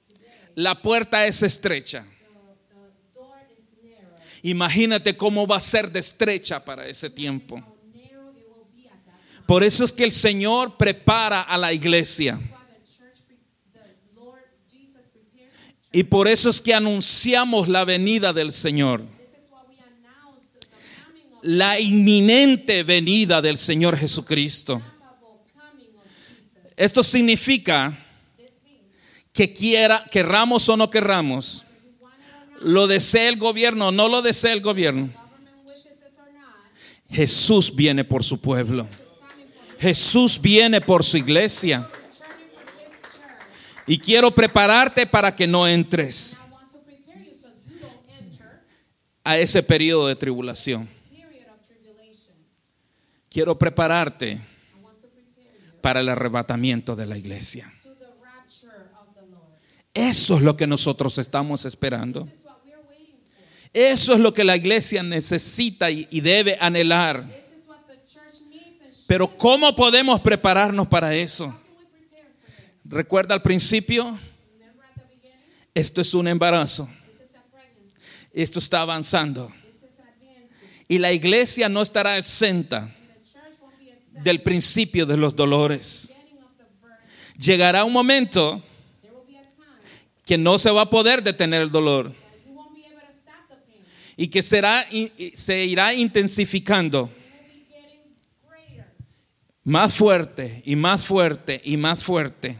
Speaker 1: la puerta es estrecha,
Speaker 2: the, the door is narrow.
Speaker 1: imagínate cómo va a ser de estrecha para ese tiempo.
Speaker 2: How narrow it will be at that time.
Speaker 1: Por eso es que el Señor prepara a la iglesia.
Speaker 2: That's why the church, pre- the Lord Jesus prepares his church.
Speaker 1: Y por eso es que anunciamos la venida del Señor.
Speaker 2: This is why we announce the coming of
Speaker 1: La inminente venida del Señor Jesucristo.
Speaker 2: the coming of Jesus.
Speaker 1: Esto significa
Speaker 2: This means
Speaker 1: que quiera, querramos o no querramos,
Speaker 2: whether you want it or not,
Speaker 1: lo desee el gobierno o no lo desee el gobierno,
Speaker 2: government wishes it or not,
Speaker 1: Jesús viene por su pueblo.
Speaker 2: it's coming for his
Speaker 1: Jesús viene por su iglesia.
Speaker 2: returning for his church.
Speaker 1: Y quiero prepararte para que no entres
Speaker 2: I want to prepare you so you don't enter
Speaker 1: a ese periodo de tribulación.
Speaker 2: period of tribulation.
Speaker 1: Quiero prepararte
Speaker 2: I want to prepare you
Speaker 1: para el arrebatamiento de la iglesia.
Speaker 2: to the rapture of the Lord.
Speaker 1: Eso es lo que nosotros estamos esperando.
Speaker 2: This is what we're waiting for.
Speaker 1: Eso es lo que la iglesia necesita y, y debe anhelar.
Speaker 2: This is what the church needs and should.
Speaker 1: Pero ¿cómo podemos prepararnos para eso?
Speaker 2: How can we prepare for this?
Speaker 1: Recuerda al principio,
Speaker 2: Remember at the beginning?
Speaker 1: esto es un embarazo.
Speaker 2: This is a pregnancy.
Speaker 1: Esto está avanzando.
Speaker 2: This is advancing.
Speaker 1: Y la iglesia no estará exenta
Speaker 2: And the church won't be exempt
Speaker 1: del principio de los dolores.
Speaker 2: beginning of the birth.
Speaker 1: Llegará un momento
Speaker 2: There will be a time
Speaker 1: que no se va a poder detener el dolor
Speaker 2: that you won't be able to stop the pain.
Speaker 1: y que será, y se irá intensificando
Speaker 2: It will be getting greater,
Speaker 1: más fuerte y más fuerte y más fuerte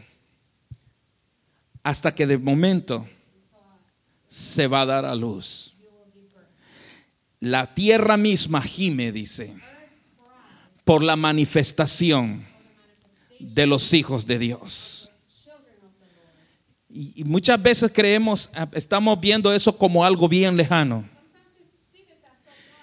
Speaker 1: hasta que de momento
Speaker 2: until
Speaker 1: se va a dar a luz.
Speaker 2: you will give birth.
Speaker 1: La tierra misma gime, dice,
Speaker 2: Earth cries
Speaker 1: por la manifestación
Speaker 2: for the manifestation
Speaker 1: de los hijos de Dios.
Speaker 2: of the children of the Lord.
Speaker 1: Y, y muchas veces creemos, estamos viendo eso como algo bien lejano.
Speaker 2: Sometimes we see this as so far away.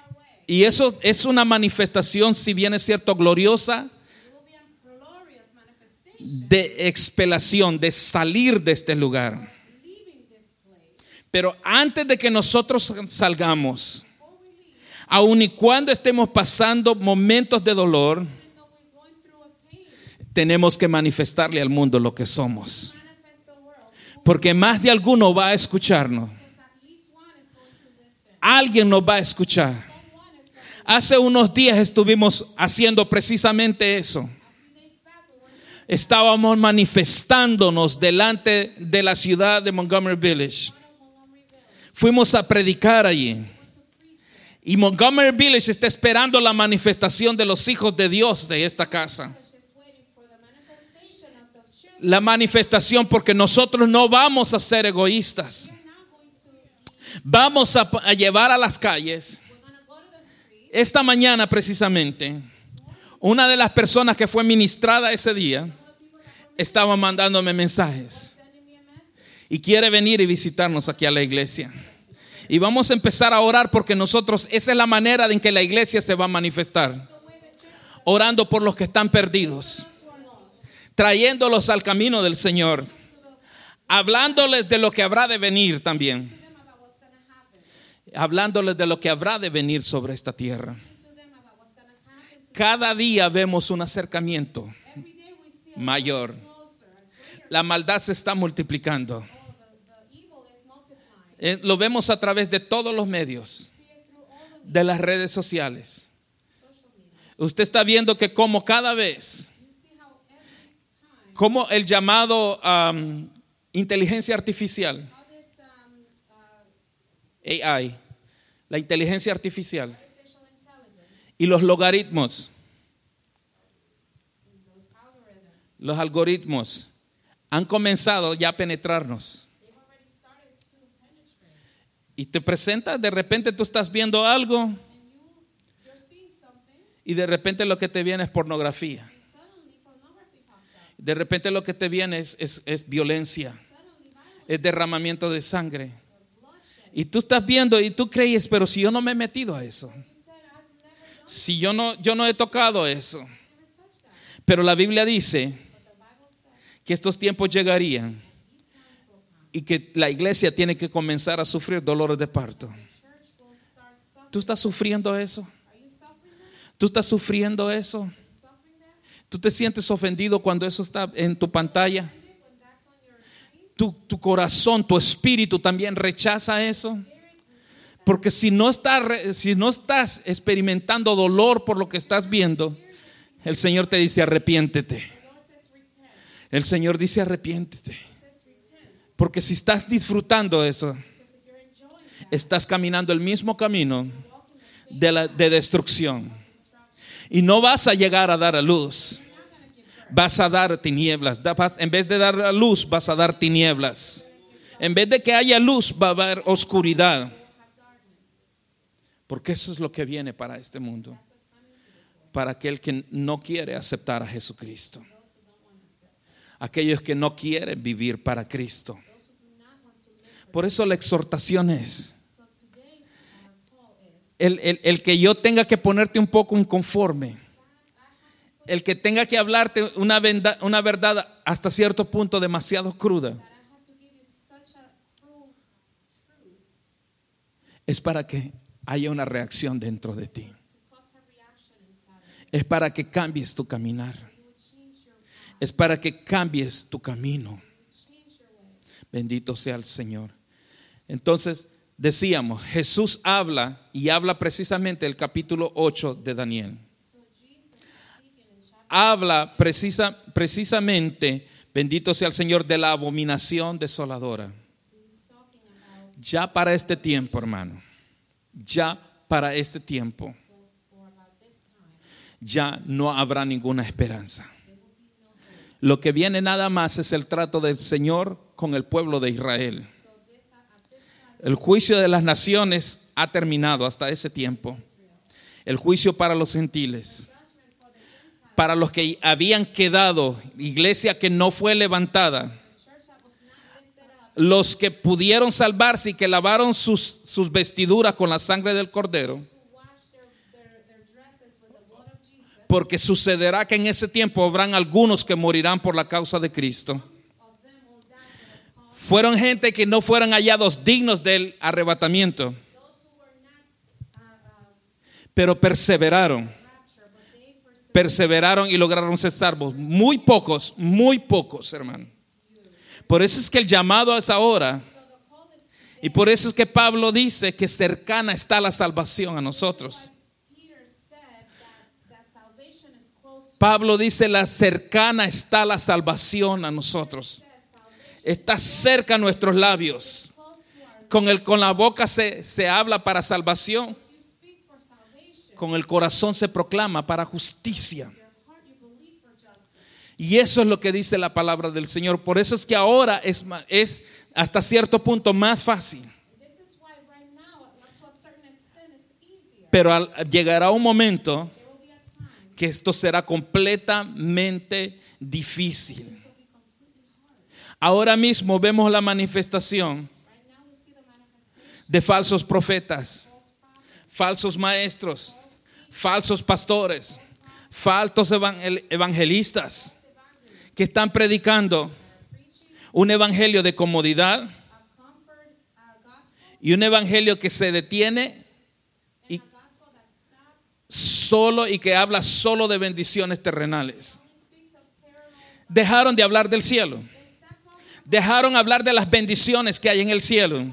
Speaker 1: Y eso es una manifestación, si bien es cierto, gloriosa,
Speaker 2: It will be a glorious manifestation
Speaker 1: de expelación, de salir de este lugar.
Speaker 2: of leaving this place.
Speaker 1: Pero antes de que nosotros salgamos,
Speaker 2: Before we leave,
Speaker 1: aun y cuando estemos pasando momentos de dolor,
Speaker 2: even though we're going through a pain,
Speaker 1: tenemos que manifestarle al mundo lo que somos.
Speaker 2: manifest the world.
Speaker 1: Porque más de alguno va a escucharnos.
Speaker 2: Because at least one is going to listen.
Speaker 1: Alguien nos va a escuchar.
Speaker 2: Someone is going to.
Speaker 1: Hace unos días estuvimos haciendo precisamente eso.
Speaker 2: A few days back, we were doing
Speaker 1: Estábamos manifestándonos delante de la ciudad de Montgomery Village.
Speaker 2: one of Montgomery Village.
Speaker 1: Fuimos a predicar allí.
Speaker 2: To preach there.
Speaker 1: Y Montgomery Village está esperando la manifestación de los hijos de Dios de esta casa.
Speaker 2: Village is waiting for the manifestation of the children.
Speaker 1: La manifestación, porque nosotros no vamos a ser egoístas.
Speaker 2: We're not going to.
Speaker 1: Vamos a, a llevar a las calles.
Speaker 2: We're going to go to the streets.
Speaker 1: Esta mañana precisamente, una de las personas que fue ministrada ese día estaba mandándome mensajes
Speaker 2: Sending me a message.
Speaker 1: y quiere venir y visitarnos aquí a la iglesia. Y vamos a empezar a orar porque nosotros, esa es la manera en que la iglesia se va a manifestar.
Speaker 2: The way the church
Speaker 1: Orando por los que están perdidos,
Speaker 2: who are lost.
Speaker 1: trayéndolos al camino del Señor, hablándoles de lo que habrá de venir también,
Speaker 2: To them about what's going to happen.
Speaker 1: hablándoles de lo que habrá de venir sobre esta tierra.
Speaker 2: To them about what's going to happen. To
Speaker 1: Cada día vemos un acercamiento
Speaker 2: every day we see a
Speaker 1: mayor.
Speaker 2: closer, a greater.
Speaker 1: La maldad se está multiplicando.
Speaker 2: Oh, the, the evil is multiplying.
Speaker 1: Eh, Lo vemos a través de todos los medios,
Speaker 2: See it through all the
Speaker 1: de las redes sociales.
Speaker 2: social media.
Speaker 1: Usted está viendo que como cada vez,
Speaker 2: You see how every time,
Speaker 1: como el llamado um, inteligencia artificial,
Speaker 2: how this um, uh,
Speaker 1: A I, la inteligencia artificial
Speaker 2: artificial intelligence,
Speaker 1: y los logaritmos,
Speaker 2: those algorithms,
Speaker 1: los algoritmos, han comenzado ya a penetrarnos.
Speaker 2: they've already started to penetrate.
Speaker 1: Y te presenta, de repente tú estás viendo algo
Speaker 2: And you, you're seeing something,
Speaker 1: y de repente lo que te viene es pornografía.
Speaker 2: and suddenly pornography pops up.
Speaker 1: De repente lo que te viene es, es, es violencia,
Speaker 2: Suddenly violence,
Speaker 1: es derramamiento de sangre.
Speaker 2: bloodshed.
Speaker 1: Y tú estás viendo y tú crees, pero si yo no me he metido a eso,
Speaker 2: You said, I've never done,
Speaker 1: si yo no, yo no he tocado eso.
Speaker 2: never touched that.
Speaker 1: Pero la Biblia dice
Speaker 2: But the Bible says
Speaker 1: que estos tiempos llegarían
Speaker 2: these times will come.
Speaker 1: y que la iglesia tiene que comenzar a sufrir dolores de parto.
Speaker 2: Church will start suffering.
Speaker 1: ¿Tú estás sufriendo eso?
Speaker 2: Are you suffering that?
Speaker 1: ¿Tú estás sufriendo eso?
Speaker 2: Suffering that?
Speaker 1: ¿Tú te sientes ofendido cuando eso está en tu pantalla?
Speaker 2: When that's on your screen?
Speaker 1: Tu, tu corazón, tu espíritu también rechaza eso. Porque si no, estás, re- si no estás experimentando dolor por lo que estás viendo, el Señor te dice arrepiéntete.
Speaker 2: The Lord says repent.
Speaker 1: El Señor dice arrepiéntete.
Speaker 2: He says repent.
Speaker 1: Porque si estás disfrutando eso,
Speaker 2: Because if you're enjoying that,
Speaker 1: estás caminando el mismo camino
Speaker 2: walking the same
Speaker 1: de, la, de destrucción.
Speaker 2: destruction,
Speaker 1: Y no vas a llegar a dar a luz.
Speaker 2: you're not going to give birth.
Speaker 1: Vas a dar tinieblas. Da- vas- En vez de dar a luz, vas a dar tinieblas. En vez de que haya luz, va a haber oscuridad.
Speaker 2: You'll have darkness.
Speaker 1: Porque eso es lo que viene para este mundo.
Speaker 2: That's what's coming to this world.
Speaker 1: Para aquel que no quiere aceptar a Jesucristo.
Speaker 2: Those who don't want to accept.
Speaker 1: Aquellos que no quieren vivir para Cristo.
Speaker 2: Those who do not want to live for.
Speaker 1: Por eso la exhortación es
Speaker 2: So today's uh, call is
Speaker 1: el, el- el que yo tenga que ponerte un poco inconforme. El que tenga que hablarte una, venda- una verdad hasta cierto punto demasiado cruda.
Speaker 2: that I have to give you such a cruel truth
Speaker 1: Es para que haya una reacción dentro de ti.
Speaker 2: to cause a reaction inside of you.
Speaker 1: Es para que cambies tu caminar.
Speaker 2: You would change your path.
Speaker 1: Es para que cambies tu camino.
Speaker 2: You would change your way.
Speaker 1: Bendito sea el Señor. Entonces, decíamos, Jesús habla y habla precisamente el capítulo ocho de Daniel.
Speaker 2: So Jesus is speaking in chapter
Speaker 1: Habla precisa, precisamente, bendito sea el Señor, de la abominación desoladora.
Speaker 2: he's talking about
Speaker 1: Ya para este tiempo, hermano, ya para este tiempo,
Speaker 2: so for about this time
Speaker 1: ya no habrá ninguna esperanza. Lo que viene nada más es el trato del Señor con el pueblo de Israel.
Speaker 2: so this at this time
Speaker 1: El juicio de las naciones ha terminado hasta ese tiempo. El juicio para los gentiles,
Speaker 2: judgment for the Gentiles,
Speaker 1: para los que habían quedado, iglesia que no fue levantada,
Speaker 2: the church that was not lifted up,
Speaker 1: los que pudieron salvarse y que lavaron sus, sus vestiduras con la sangre del cordero,
Speaker 2: who washed their
Speaker 1: Porque sucederá que en ese tiempo habrán algunos que morirán por la causa de Cristo.
Speaker 2: of them will die for the cause.
Speaker 1: Fueron gente que no fueron hallados dignos del arrebatamiento,
Speaker 2: Those who were not uh, uh,
Speaker 1: pero perseveraron.
Speaker 2: rapture, but they persevered.
Speaker 1: Perseveraron y lograron ser salvos. Muy pocos, muy pocos, hermano. Por eso es que el llamado es ahora.
Speaker 2: So the call is today.
Speaker 1: Y por eso es que Pablo dice que cercana está la salvación a nosotros.
Speaker 2: Peter said that, that salvation is close to
Speaker 1: Pablo dice la cercana está la salvación a nosotros.
Speaker 2: us. Salvation
Speaker 1: Está cerca a nuestros labios.
Speaker 2: is close to our lips.
Speaker 1: Con, el, con la boca se, se habla para salvación.
Speaker 2: You speak for salvation.
Speaker 1: Con el corazón se proclama para justicia.
Speaker 2: Your heart you believe for justice.
Speaker 1: Y eso es lo que dice la palabra del Señor. Por eso es que ahora es, ma- es hasta cierto punto más fácil.
Speaker 2: This is why right now, up to a certain extent, it's easier.
Speaker 1: Pero al- llegará un momento
Speaker 2: There will be a time
Speaker 1: que esto será completamente difícil.
Speaker 2: it will be completely hard.
Speaker 1: Ahora mismo vemos la manifestación
Speaker 2: Right now we see the manifestation
Speaker 1: de falsos profetas,
Speaker 2: of false prophets,
Speaker 1: falsos maestros,
Speaker 2: false teachers,
Speaker 1: falsos pastores, falsos evangel- evangelistas
Speaker 2: evangelists,
Speaker 1: que están predicando
Speaker 2: preaching
Speaker 1: un evangelio de comodidad
Speaker 2: a comfort uh, gospel
Speaker 1: y un evangelio que se detiene
Speaker 2: and
Speaker 1: y
Speaker 2: a gospel that stops,
Speaker 1: solo y que habla solo de bendiciones terrenales.
Speaker 2: only speaks of eternal.
Speaker 1: Dejaron de hablar del cielo.
Speaker 2: They stopped talking
Speaker 1: Dejaron hablar de las bendiciones que hay en el cielo.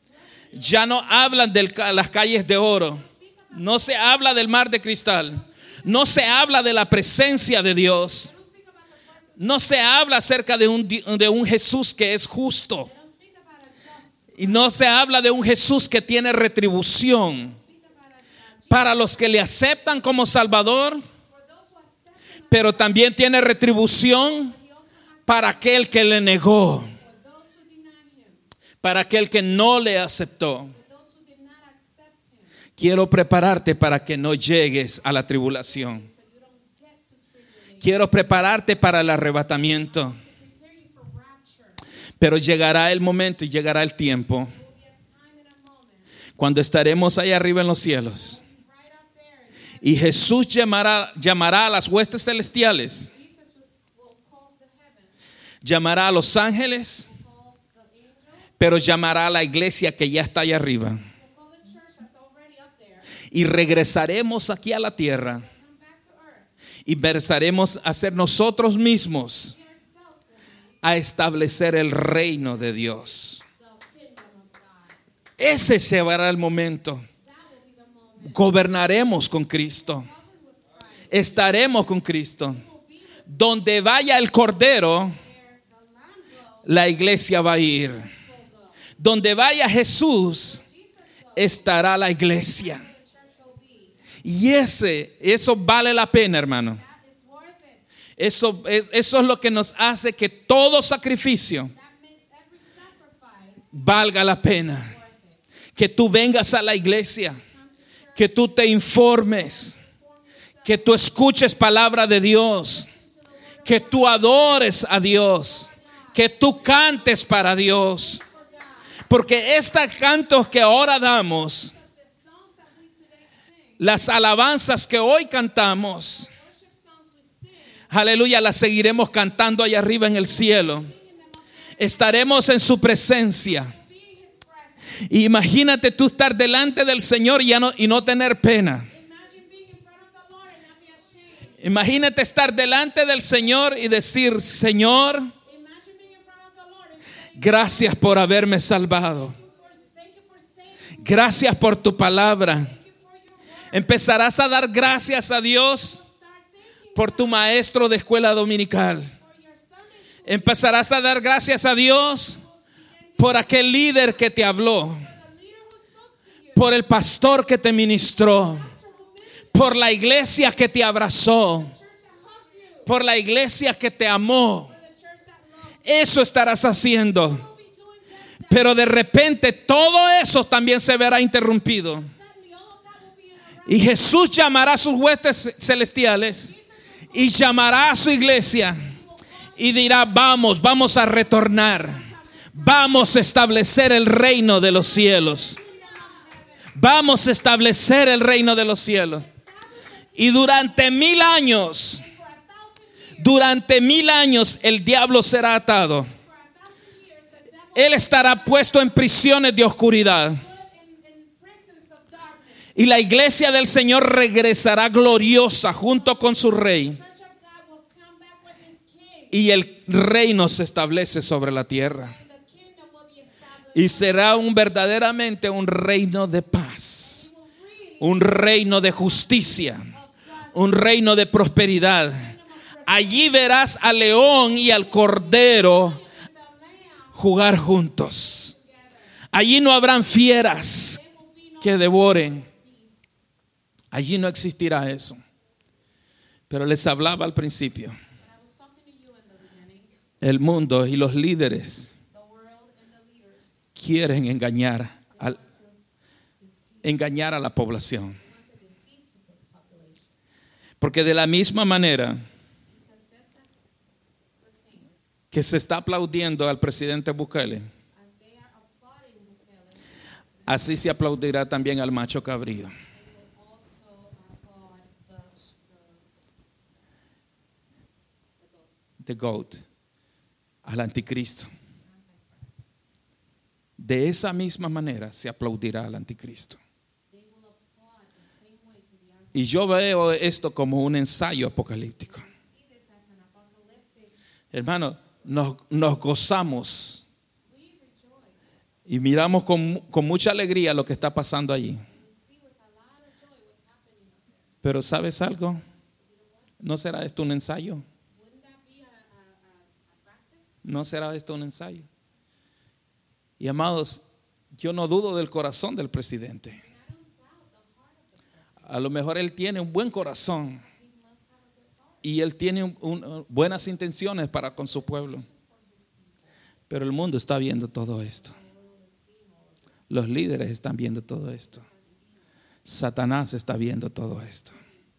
Speaker 1: Ya no hablan de las calles de oro. No se habla del mar de cristal. No se habla de la presencia de Dios.
Speaker 2: They don't speak about the presence.
Speaker 1: No se habla acerca de un, di- de un Jesús que es justo.
Speaker 2: They don't speak about a just.
Speaker 1: Y no se habla de un Jesús que tiene retribución
Speaker 2: Speak about a, a Jesus
Speaker 1: para los que le aceptan como Salvador,
Speaker 2: for those who accept him.
Speaker 1: pero también tiene retribución
Speaker 2: He also has
Speaker 1: para aquel que le negó,
Speaker 2: for those who deny him,
Speaker 1: para aquel que no le aceptó.
Speaker 2: for those who did not accept him.
Speaker 1: Quiero prepararte para que no llegues a la tribulación.
Speaker 2: So you don't get to tribulation.
Speaker 1: Quiero prepararte para el arrebatamiento.
Speaker 2: Prepare you for rapture.
Speaker 1: Pero llegará el momento y llegará el tiempo
Speaker 2: There will be a time and a moment
Speaker 1: cuando estaremos ahí arriba en los cielos.
Speaker 2: right up there.
Speaker 1: Y Jesús llamará, llamará a las huestes celestiales,
Speaker 2: Jesus was, will call the heaven,
Speaker 1: llamará a los ángeles,
Speaker 2: call the angels,
Speaker 1: pero llamará a la iglesia que ya está allá arriba.
Speaker 2: will call the church that's already up there.
Speaker 1: Y regresaremos aquí a la tierra
Speaker 2: Come back to earth.
Speaker 1: y empezaremos a ser nosotros mismos
Speaker 2: We ourselves will be
Speaker 1: a establecer el reino de Dios.
Speaker 2: the kingdom of God.
Speaker 1: Ese será el momento.
Speaker 2: That will be the moment.
Speaker 1: Gobernaremos con Cristo.
Speaker 2: Covered with Christ.
Speaker 1: Estaremos con Cristo.
Speaker 2: We will be with
Speaker 1: Donde vaya el Cordero,
Speaker 2: there. The lamb goes,
Speaker 1: la iglesia va a ir.
Speaker 2: will go.
Speaker 1: Donde vaya Jesús,
Speaker 2: Jesus goes,
Speaker 1: estará la iglesia.
Speaker 2: the church will be.
Speaker 1: Y ese, eso vale la pena, hermano.
Speaker 2: That is worth it.
Speaker 1: Eso, es- eso es lo que nos hace que todo sacrificio
Speaker 2: That makes every sacrifice
Speaker 1: valga la pena.
Speaker 2: worth it.
Speaker 1: Que tú vengas a la iglesia,
Speaker 2: Come to church,
Speaker 1: que tú te informes,
Speaker 2: form yourself,
Speaker 1: que tú escuches palabra de Dios,
Speaker 2: listen to the word of
Speaker 1: que tú adores a Dios, que tú cantes para Dios.
Speaker 2: for God.
Speaker 1: Porque estos cantos que ahora damos,
Speaker 2: Because the songs that we today sing,
Speaker 1: las alabanzas que hoy cantamos,
Speaker 2: worship songs we sing,
Speaker 1: aleluya, las seguiremos cantando allá arriba en el cielo.
Speaker 2: singing them up there,
Speaker 1: Estaremos en su presencia.
Speaker 2: be in his presence.
Speaker 1: Y imagínate tú estar delante del Señor y, ya no, y no tener pena.
Speaker 2: Imagine being in front of the Lord and not be ashamed.
Speaker 1: Imagínate estar delante del Señor y decir, Señor,
Speaker 2: Imagine being in front of the Lord and saying,
Speaker 1: gracias por haberme salvado.
Speaker 2: thank you for, thank you for saving me.
Speaker 1: Gracias por tu palabra.
Speaker 2: Thank you for your word.
Speaker 1: Empezarás a dar gracias a Dios
Speaker 2: Start thanking
Speaker 1: por tu maestro de escuela dominical.
Speaker 2: for your Sunday school,
Speaker 1: Empezarás a dar gracias a Dios por aquel líder que te habló,
Speaker 2: the leader who spoke to you,
Speaker 1: por el pastor que te ministró,
Speaker 2: pastor who ministered,
Speaker 1: por la iglesia que te abrazó,
Speaker 2: church that hugged you,
Speaker 1: por la iglesia que te amó.
Speaker 2: for the church that loved you.
Speaker 1: Eso estarás haciendo.
Speaker 2: We'll be doing just that.
Speaker 1: Pero de repente todo eso también se verá interrumpido.
Speaker 2: Suddenly, all of that will be interrupted.
Speaker 1: Y Jesús llamará a sus huestes celestiales y llamará a su iglesia y dirá, vamos, vamos a retornar. Vamos a establecer el reino de los cielos. Vamos a establecer el reino de los cielos. Y durante mil años,
Speaker 2: and for a thousand years,
Speaker 1: durante mil años el diablo será atado.
Speaker 2: for a thousand years, the devil
Speaker 1: Él estará puesto en prisiones de oscuridad.
Speaker 2: put in, in prisons of darkness.
Speaker 1: Y la iglesia del Señor regresará gloriosa junto con su rey.
Speaker 2: The church of God will come back with his king,
Speaker 1: Y el reino se establece sobre la tierra.
Speaker 2: and the kingdom will be established.
Speaker 1: Y será un verdaderamente un reino de paz.
Speaker 2: It will really
Speaker 1: Un reino de justicia. Un reino de prosperidad. Allí verás al león y al cordero jugar juntos. Allí no habrán fieras que devoren. Allí no existirá eso. Pero les hablaba al principio.
Speaker 2: But I was talking to you in the beginning.
Speaker 1: El mundo y los líderes
Speaker 2: The world and the leaders
Speaker 1: quieren engañar al, engañar a la población.
Speaker 2: want to deceive people, the population.
Speaker 1: Porque de la misma manera
Speaker 2: Because just as the same
Speaker 1: que se está aplaudiendo al presidente Bukele,
Speaker 2: as they are applauding Bukele,
Speaker 1: así se aplaudirá también al macho cabrío.
Speaker 2: they will also applaud the the, the goat.
Speaker 1: The goat, al anticristo. De esa misma manera se aplaudirá al anticristo.
Speaker 2: They will applaud the same way to the anti.
Speaker 1: Y yo veo esto como un ensayo apocalíptico.
Speaker 2: See this as an apocalyptic.
Speaker 1: Hermano, nos, nos gozamos
Speaker 2: We rejoice.
Speaker 1: y miramos con, con mucha alegría lo que está pasando allí.
Speaker 2: We see with a lot of joy what's happening up there.
Speaker 1: Pero ¿sabes algo? ¿No será esto un ensayo?
Speaker 2: Wouldn't that be a, a, a, a practice?
Speaker 1: ¿No será esto un ensayo? Y amados, yo no dudo del corazón del presidente.
Speaker 2: And I don't doubt the heart of the president.
Speaker 1: A lo mejor él tiene un buen corazón
Speaker 2: He must have a good heart
Speaker 1: y él tiene un- un- buenas intenciones para con su pueblo.
Speaker 2: for his people.
Speaker 1: Pero el mundo está viendo todo esto.
Speaker 2: The world is seeing all of this.
Speaker 1: Los líderes están viendo todo esto. Satanás está viendo todo esto.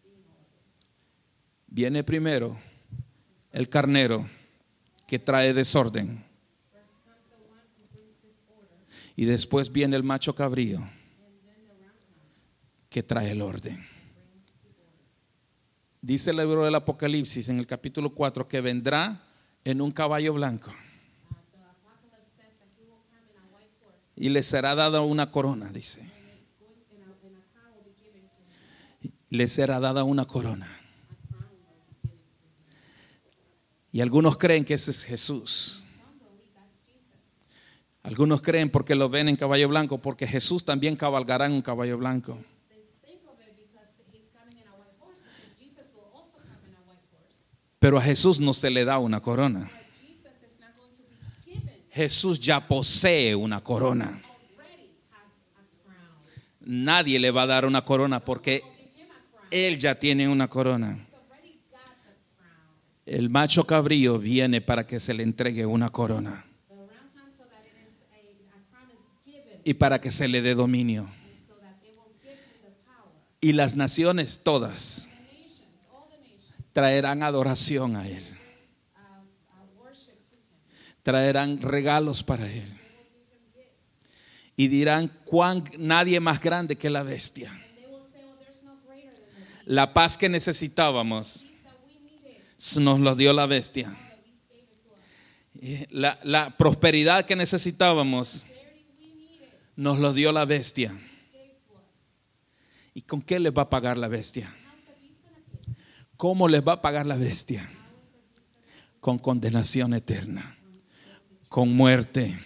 Speaker 1: Viene primero el carnero que trae desorden.
Speaker 2: First comes the one who brings disorder,
Speaker 1: Y después viene el macho cabrío
Speaker 2: and then the ram comes,
Speaker 1: que trae el orden.
Speaker 2: brings the order.
Speaker 1: Dice el libro del Apocalipsis en el capítulo cuatro que vendrá en un caballo blanco
Speaker 2: Uh, the apocalypse says that he will come in a white horse,
Speaker 1: y le será dada una corona, dice.
Speaker 2: and it's going, and a, and a crown will be given to him.
Speaker 1: Le será dada una corona.
Speaker 2: A crown will be given to him.
Speaker 1: Y algunos creen que ese es Jesús.
Speaker 2: Some believe that's Jesus.
Speaker 1: Algunos creen porque lo ven en caballo blanco, porque Jesús también cabalgará en un caballo blanco.
Speaker 2: They think of it because he's coming in a white horse, because Jesus will also come in a white horse.
Speaker 1: Pero a Jesús no se le da una corona.
Speaker 2: But Jesus is not going to be given.
Speaker 1: Jesús ya posee una corona.
Speaker 2: Already has a crown.
Speaker 1: Nadie le va a dar una corona porque
Speaker 2: Give him a crown.
Speaker 1: él ya tiene una corona.
Speaker 2: He's already got the crown.
Speaker 1: El macho cabrío viene para que se le entregue una corona
Speaker 2: The ram comes so that it is a, a crown is given,
Speaker 1: y para que se le dé dominio.
Speaker 2: and so that they will give him the power.
Speaker 1: Y las naciones todas
Speaker 2: The nations, all the nations,
Speaker 1: traerán adoración a él.
Speaker 2: uh, uh, worship to him.
Speaker 1: Traerán regalos para él.
Speaker 2: They will give him gifts,
Speaker 1: Y dirán cuán nadie más grande que la bestia.
Speaker 2: and they will say, "Oh, there's no greater than the beast.
Speaker 1: La paz que necesitábamos
Speaker 2: Peace that we needed,
Speaker 1: nos lo dio la bestia.
Speaker 2: the beast gave it to us.
Speaker 1: Y La, la prosperidad que necesitábamos
Speaker 2: Prosperity we needed,
Speaker 1: nos lo dio la bestia.
Speaker 2: the beast gave to us.
Speaker 1: ¿Y con qué les va a pagar la bestia?
Speaker 2: How's the beast gonna pay?
Speaker 1: ¿Cómo les va a pagar la bestia?
Speaker 2: How is the beast gonna
Speaker 1: Con condenación eterna, con muerte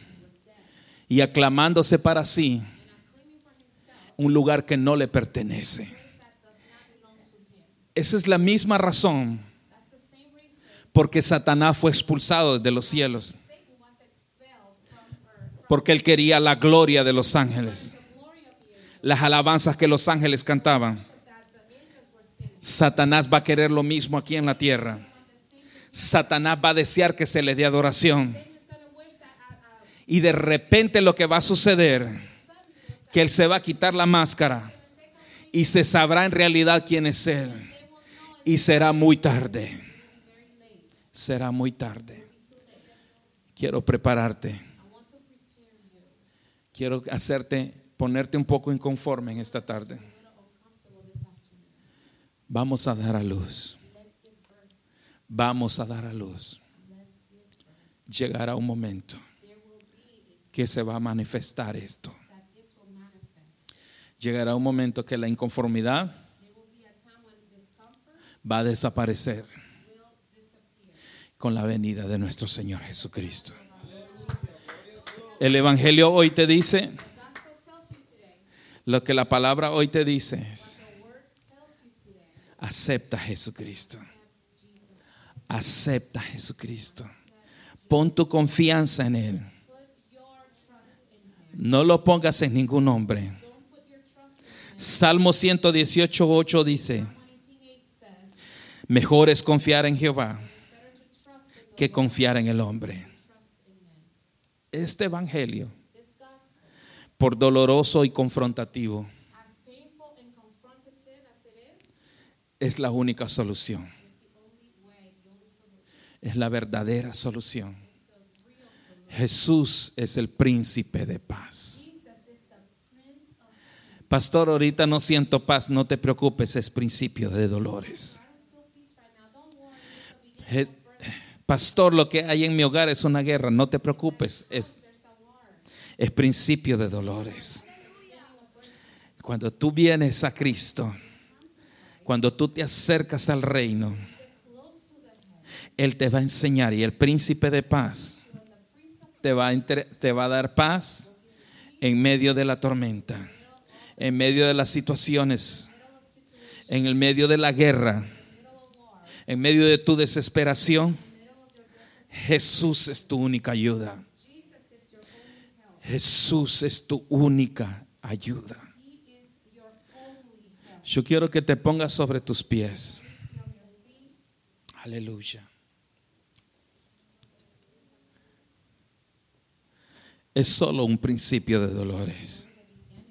Speaker 1: y aclamándose para sí
Speaker 2: and I'm claiming for himself
Speaker 1: un lugar que no le pertenece.
Speaker 2: that does not belong to him.
Speaker 1: Esa es la misma razón
Speaker 2: That's the same reason
Speaker 1: porque Satanás fue expulsado de los cielos,
Speaker 2: Satan was expelled from earth, from
Speaker 1: porque él quería la gloria de los ángeles,
Speaker 2: the glory of the angels
Speaker 1: las alabanzas que los ángeles cantaban.
Speaker 2: that the angels were singing.
Speaker 1: Satanás va a querer lo mismo aquí en la tierra. Satanás va a desear que se le dé adoración.
Speaker 2: Satan is gonna wish that uh, uh,
Speaker 1: Y de repente lo que va a suceder, que él se va a quitar la máscara y se sabrá en realidad quién es él. Y será muy tarde. Será muy tarde. Quiero prepararte.
Speaker 2: I want to prepare you
Speaker 1: Quiero hacerte, ponerte un poco inconforme en esta tarde.
Speaker 2: a little uncomfortable this afternoon.
Speaker 1: Vamos a dar a luz.
Speaker 2: Let's give birth.
Speaker 1: Vamos a dar a luz.
Speaker 2: Let's give birth.
Speaker 1: Llegará un momento
Speaker 2: There will be a
Speaker 1: que se va a manifestar esto.
Speaker 2: that this will manifest.
Speaker 1: Llegará un momento que la inconformidad
Speaker 2: There will be a time when discomfort
Speaker 1: va a desaparecer
Speaker 2: will disappear.
Speaker 1: con la venida de nuestro Señor Jesucristo. El Evangelio hoy te dice,
Speaker 2: The gospel tells you today,
Speaker 1: lo que la palabra hoy te dice es,
Speaker 2: the word tells you today,
Speaker 1: acepta a Jesucristo.
Speaker 2: accept Jesus.
Speaker 1: Acepta a Jesucristo. Pon tu confianza en Él.
Speaker 2: Put your trust in him.
Speaker 1: No lo pongas en ningún hombre.
Speaker 2: Don't put your trust in him.
Speaker 1: Salmo ciento dieciocho, ocho dice,
Speaker 2: one eighteen eight says,
Speaker 1: mejor es confiar en Jehová
Speaker 2: it's better to trust in the
Speaker 1: que
Speaker 2: Lord
Speaker 1: confiar en el hombre.
Speaker 2: than trust in men.
Speaker 1: Este evangelio,
Speaker 2: This gospel,
Speaker 1: por doloroso y confrontativo,
Speaker 2: as painful and confrontative as it is,
Speaker 1: es la única solución.
Speaker 2: is the only way, the only solution.
Speaker 1: Es la verdadera solución.
Speaker 2: It's the real solution.
Speaker 1: Jesús es el príncipe de paz.
Speaker 2: Jesus is the Prince of Peace.
Speaker 1: Pastor, ahorita no siento paz, no te preocupes, es principio de dolores.
Speaker 2: I don't feel peace right now. Don't worry. It's the beginning
Speaker 1: Je-
Speaker 2: of birth.
Speaker 1: Pastor, lo que hay en mi hogar es una guerra, no te preocupes, es,
Speaker 2: There's a war.
Speaker 1: es principio de dolores. Cuando tú vienes a Cristo, cuando tú te acercas al reino,
Speaker 2: Close to the head.
Speaker 1: Él te va a enseñar y el príncipe de paz
Speaker 2: When the Prince of
Speaker 1: te va a, entre- te va a dar paz en medio de la tormenta, en medio de las situaciones, en el medio de la guerra, en medio de tu desesperación. Jesús es tu única ayuda.
Speaker 2: Jesus is your only help.
Speaker 1: Jesús es tu única ayuda.
Speaker 2: He is your only help.
Speaker 1: Yo quiero que te pongas sobre tus pies.
Speaker 2: Be on your feet.
Speaker 1: Aleluya. Es solo un principio de dolores.